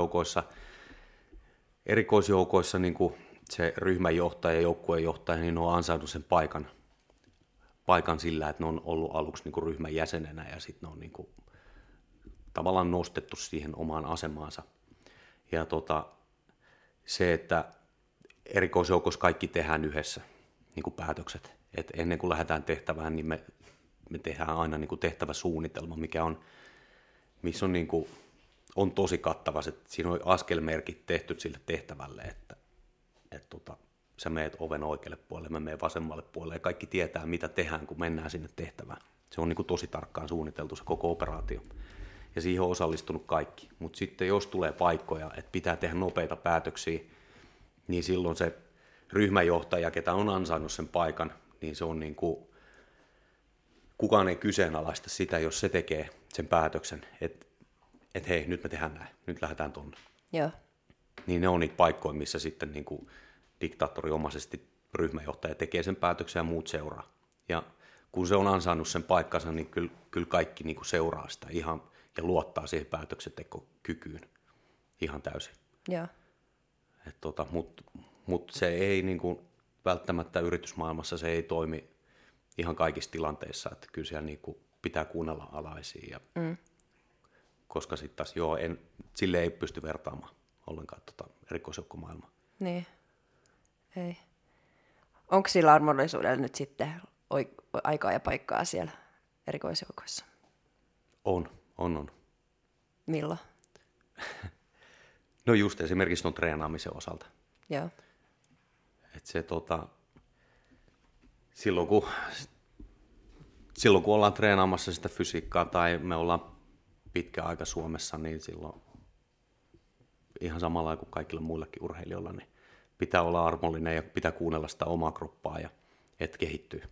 erikoisjoukoissa niin kuin se ryhmänjohtaja ja joukkueenjohtaja, niin ne on ansainnut sen paikan sillä, että ne on ollut aluksi niin kuin ryhmän jäsenenä ja sitten ne on niin kuin tavallaan nostettu siihen omaan asemaansa. Ja se, että erikoisjoukoissa kaikki tehdään yhdessä niin kuin päätökset. Et ennen kuin lähdetään tehtävään, niin me tehdään aina niin kuin tehtäväsuunnitelma, missä on, niin kuin, on tosi kattava. Siinä on askelmerkit tehty sille tehtävälle, että sä meet oven oikealle puolelle, mä menen vasemmalle puolelle ja kaikki tietää, mitä tehdään, kun mennään sinne tehtävään. Se on niin kuin tosi tarkkaan suunniteltu se koko operaatio. Ja siihen on osallistunut kaikki. Mutta sitten jos tulee paikkoja, että pitää tehdä nopeita päätöksiä, niin silloin se ryhmänjohtaja, ketä on ansainnut sen paikan, niin se on niin kuin, kukaan ei kyseenalaista sitä, jos se tekee sen päätöksen, että hei, nyt me tehdään näin, nyt lähdetään tonne. Joo. Niin ne on niitä paikkoja, missä sitten niin kuin diktaattoriomaisesti ryhmänjohtaja tekee sen päätöksen ja muut seuraa. Ja kun se on ansainnut sen paikkansa, niin kyllä kaikki niin kuin seuraa sitä ihan ja luottaa siihen päätöksentekokykyyn ihan täysin. Joo. Mutta se ei niin kuin, välttämättä yritysmaailmassa se ei toimi ihan kaikissa tilanteissa, että kyllä siellä niin kuin pitää kuunnella alaisia. Koska sitten taas sille ei pysty vertaamaan ollenkaan erikoisjoukkomaailmaa. Niin, ei. Onko sillä armollisuudella nyt sitten aikaa ja paikkaa siellä erikoisjoukoissa? On. Milloin? No just esimerkiksi tuon treenaamisen osalta. Joo. Et se silloin kun ollaan treenaamassa sitä fysiikkaa tai me ollaan pitkä aika Suomessa, niin silloin ihan samalla kuin kaikilla muillakin urheilijoilla, niin pitää olla armollinen ja pitää kuunnella sitä omaa kroppaa ja et kehittyy.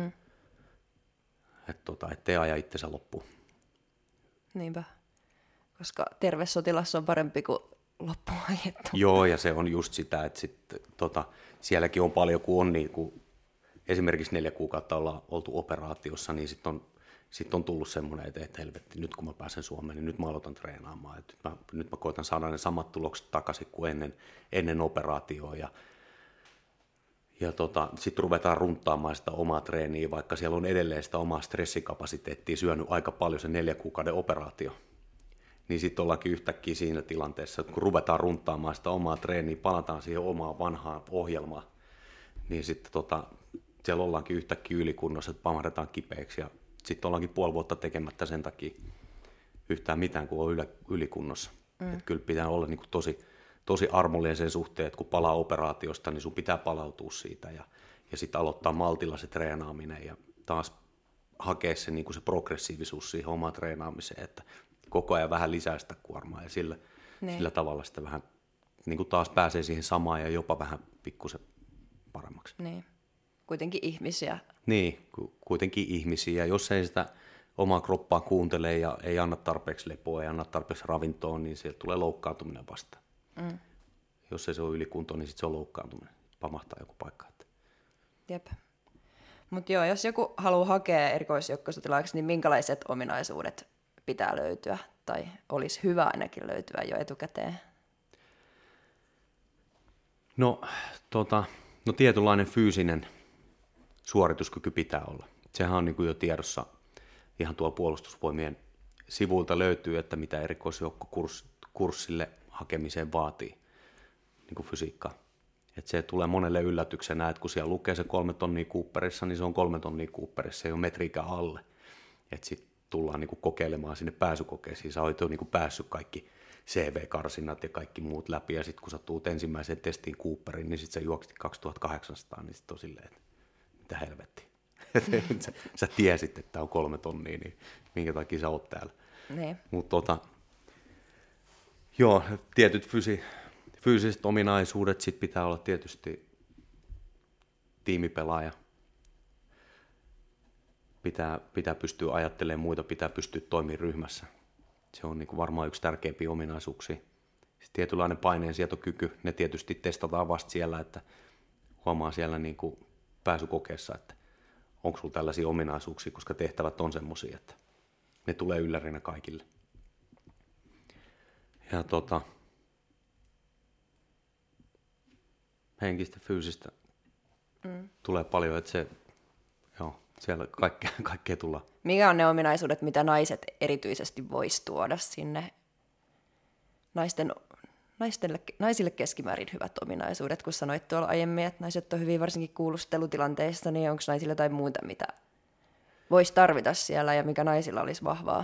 Ettei aja itsensä loppuun. Niinpä, koska terve sotilas on parempi kuin loppuun ajettu. Joo, ja se on just sitä, että sielläkin on paljon, kun on niin kuin, esimerkiksi 4 kuukautta ollaan oltu operaatiossa, niin sitten on tullut semmoinen, että helvetti, nyt kun mä pääsen Suomeen, niin nyt mä aloitan treenaamaan. Nyt mä koitan saada ne samat tulokset takaisin kuin ennen operaatioa. Ja Ja sitten ruvetaan runttaamaan sitä omaa treeniä, vaikka siellä on edelleen sitä omaa stressikapasiteettia syönyt aika paljon se 4 kuukauden operaatio. Niin sitten ollaankin yhtäkkiä siinä tilanteessa, että kun ruvetaan runttaamaan sitä omaa treeniä, palataan siihen omaan vanhaan ohjelmaan, niin sitten siellä ollaankin yhtäkkiä ylikunnossa, että pamahdetaan kipeäksi ja sitten ollaankin puoli vuotta tekemättä sen takia yhtään mitään, kun on ylikunnossa. Että kyllä pitää olla niin kuin tosi armollinen sen suhteen, että kun palaa operaatiosta, niin sun pitää palautua siitä ja sitten aloittaa maltilla se treenaaminen ja taas hakea se, niin kuin se progressiivisuus siihen omaan treenaamiseen, että koko ajan vähän lisää sitä kuormaa ja sillä tavalla sitä vähän niin kuin taas pääsee siihen samaan ja jopa vähän pikkusen paremmaksi. Niin. Kuitenkin ihmisiä. Niin, kuitenkin ihmisiä. Jos ei sitä omaa kroppaa kuuntele ja ei anna tarpeeksi lepoa, ei anna tarpeeksi ravintoa, niin sieltä tulee loukkaantuminen vastaan. Jos ei se ole ylikunto, niin sitten se on loukkaantuminen. Pamahtaa joku paikka. Jep. Mutta joo, jos joku haluaa hakea erikoisjoukkosotilaaksi, niin minkälaiset ominaisuudet pitää löytyä? Tai olisi hyvä ainakin löytyä jo etukäteen? No tietynlainen fyysinen suorituskyky pitää olla. Sehän on niin kuin jo tiedossa ihan tuolla puolustusvoimien sivuilta löytyy, että mitä erikoisjoukkokurssille hakemiseen vaatii niin kuin fysiikkaa. Että se tulee monelle yllätyksenä, että kun siellä lukee se 3 tonnia Cooperissa, niin se on 3 tonnia Cooperissa, se ei ole metrikään alle. Että sitten tullaan niin kuin kokeilemaan sinne pääsykokeisiin. Sä olet jo niin kuin päässyt kaikki CV-karsinnat ja kaikki muut läpi, ja sitten kun sä tuut ensimmäiseen testiin Cooperiin, niin sitten sä juoksit 2800, niin sitten on silleen, että mitä helvettiä. Sä tiesit, että tämä on 3 tonnia, niin minkä takia sä oot täällä. Niin. Mutta joo, tietyt fyysiset ominaisuudet, sit pitää olla tietysti tiimipelaaja. Pitää pystyä ajattelemaan muita, pitää pystyä toimimaan ryhmässä. Se on niin kuin varmaan yksi tärkeimpiä ominaisuuksia. Sitten tietynlainen paineensietokyky, ne tietysti testataan vasta siellä, että huomaa siellä niin kuin pääsykokeessa, että onko sulla tällaisia ominaisuuksia, koska tehtävät on semmoisia, että ne tulee yllärinä kaikille. Ja henkistä, fyysistä tulee paljon, että se, joo, siellä kaikkea tullaan. Mikä on ne ominaisuudet, mitä erityisesti vois tuoda sinne? Naisille keskimäärin hyvät ominaisuudet, kun sanoit tuolla aiemmin, että naiset on hyvin varsinkin kuulustelutilanteissa, niin onko naisilla jotain muuta, mitä voisi tarvita siellä ja mikä naisilla olisi vahvaa?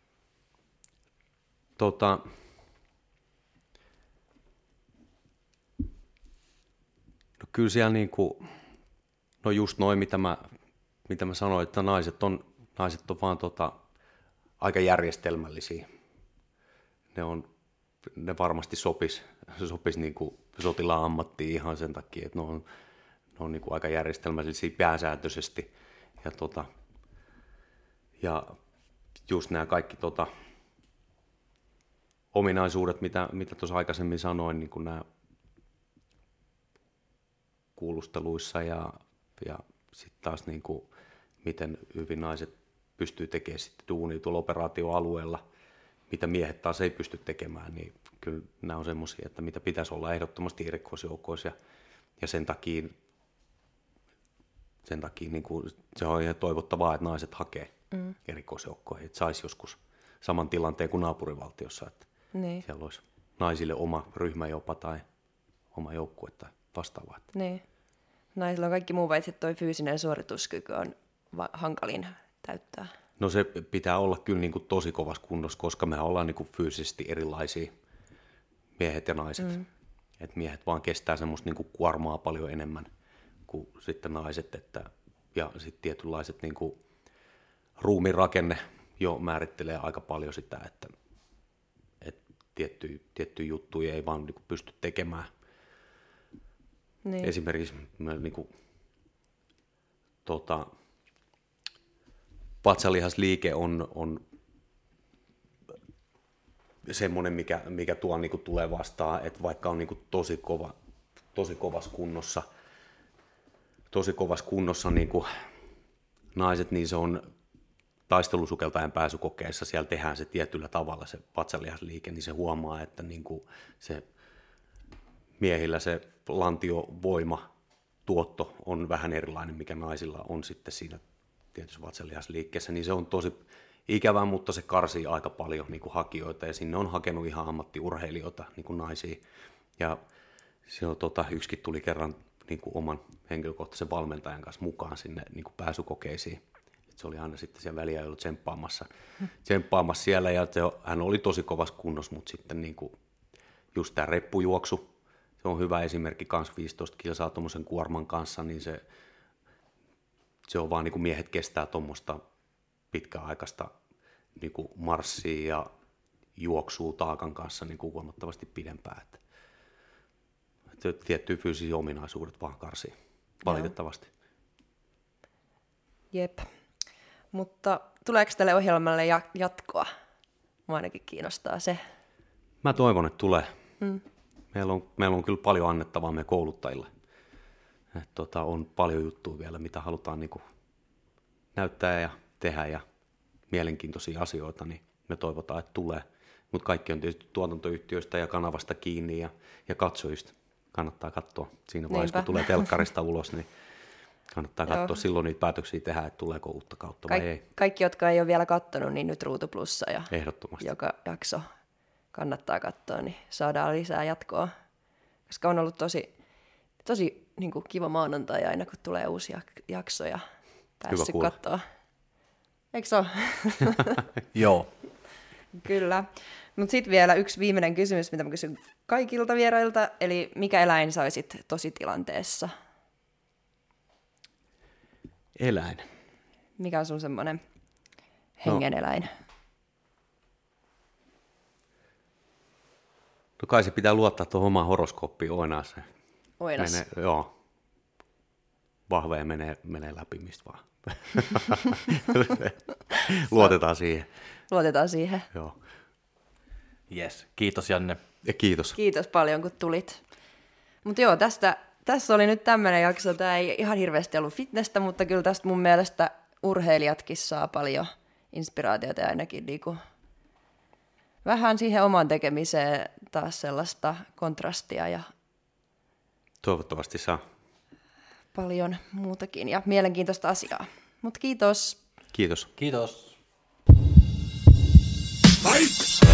No kyllä siellä niinku, no just noin mitä mä sanoin, että naiset on vaan aika järjestelmällisiä. Ne varmasti sopis niinku sotilaan ammattiin ihan sen takia, että ne on niinku aika järjestelmällisiä pääsääntöisesti. Ja just nämä kaikki ominaisuudet, mitä tuossa aikaisemmin sanoin, niin kuin nämä kuulusteluissa ja sitten taas niin kuin, miten hyvin naiset pystyy tekemään sitten duunia tuolla operaatioalueella, mitä miehet taas ei pysty tekemään, niin kyllä nämä on semmoisia, että mitä pitäisi olla ehdottomasti erikoisjoukkoisia ja sen takia niin kuin, se on ihan toivottavaa, että naiset hakee erikoisjoukkoihin, että saisi joskus saman tilanteen kuin naapurivaltiossa, että Niin. siellä olisi naisille oma ryhmä jopa tai oma joukkue tai vastaavaa. Niin. Naisilla on kaikki muu, paitsi tuo fyysinen suorituskyky on hankalin täyttää. No se pitää olla kyllä niin kuin tosi kovassa kunnossa, koska mehän ollaan niin kuin fyysisesti erilaisia, miehet ja naiset. Et miehet vaan kestää semmoista niin kuin kuormaa paljon enemmän kuin sitten naiset. Ja sitten tietynlaiset niin kuin ruumiin rakenne jo määrittelee aika paljon sitä, että tiettyjä juttuja ei vaan niin kuin pysty tekemään. Niin. Esimerkiksi niin kuin, vatsalihasliike on semmoinen, mikä tuo niin kuin tulee vastaan, että vaikka on niin kuin tosi kovassa kunnossa niin kuin naiset, niin se on taistelusukeltajan pääsykokeessa, siellä tehdään se tietyllä tavalla se vatsalihasliike, niin se huomaa, että niin kuin se miehillä se lantiovoima tuotto on vähän erilainen, mikä naisilla on sitten siinä tietyssä vatsalihasliikkeessä, niin se on tosi ikävää, mutta se karsii aika paljon niin kuin hakijoita, ja sinne on hakenut ihan ammattiurheilijoita, niin kuin naisia, ja se on, yksikin tuli kerran niin kuin oman henkilökohtaisen valmentajan kanssa mukaan sinne niin kuin pääsykokeisiin. Se oli aina sitten siellä väliajoilla tsemppaamassa siellä, ja hän oli tosi kovassa kunnossa, mutta sitten niin kuin just tämä reppujuoksu, se on hyvä esimerkki kanssa 15 kilsaa tuommoisen kuorman kanssa, niin se on vaan niin kuin miehet kestää tuommoista pitkäaikaista niin kuin marssia ja juoksua taakan kanssa niin kuin huomattavasti pidempään. Että tiettyjä fyysisiä ominaisuudet vaan karsii, valitettavasti. Jep. Mutta tuleeko tälle ohjelmalle jatkoa? Mua ainakin kiinnostaa se. Mä toivon, että tulee. Meillä on kyllä paljon annettavaa meidän kouluttajille. On paljon juttuja vielä, mitä halutaan niin kuin näyttää ja tehdä ja mielenkiintoisia asioita, niin me toivotaan, että tulee. Mutta kaikki on tietysti tuotantoyhtiöistä ja kanavasta kiinni ja katsojista. Kannattaa katsoa siinä vaiheessa, kun tulee telkkarista ulos, niin kannattaa katsoa silloin niitä päätöksiä tehdä, että tuleeko uutta kautta vai ei. Kaikki, jotka ei ole vielä katsonut, niin nyt Ruutu Plussa ja ehdottomasti joka jakso kannattaa katsoa, niin saadaan lisää jatkoa. Koska on ollut tosi niin kuin kiva maanantai aina, kun tulee uusia jaksoja. Päässyt katsoa. Eikö se ole? Joo. Kyllä. Mutta sitten vielä yksi viimeinen kysymys, mitä mä kysyn kaikilta vierailta. Eli mikä eläin saisit tositilanteessa? Eläin. Mikä on sun semmoinen hengeneläin? No kai se pitää luottaa tuohon omaan horoskooppiin Oinas. Oinas. Joo. Vahveen menee läpi mistä vaan. Luotetaan siihen. Luotetaan siihen. Joo. Yes. Kiitos Janne. Ja kiitos. Kiitos paljon kun tulit. Mutta joo, tässä oli nyt tämmöinen jakso. Tämä ei ihan hirveästi ollut fitnessä, mutta kyllä tästä mun mielestä urheilijatkin saa paljon inspiraatiota ja ainakin niinku vähän siihen omaan tekemiseen taas sellaista kontrastia ja Toivottavasti saa. paljon muutakin ja mielenkiintoista asiaa. Mutta kiitos. Kiitos. Kiitos. Fight!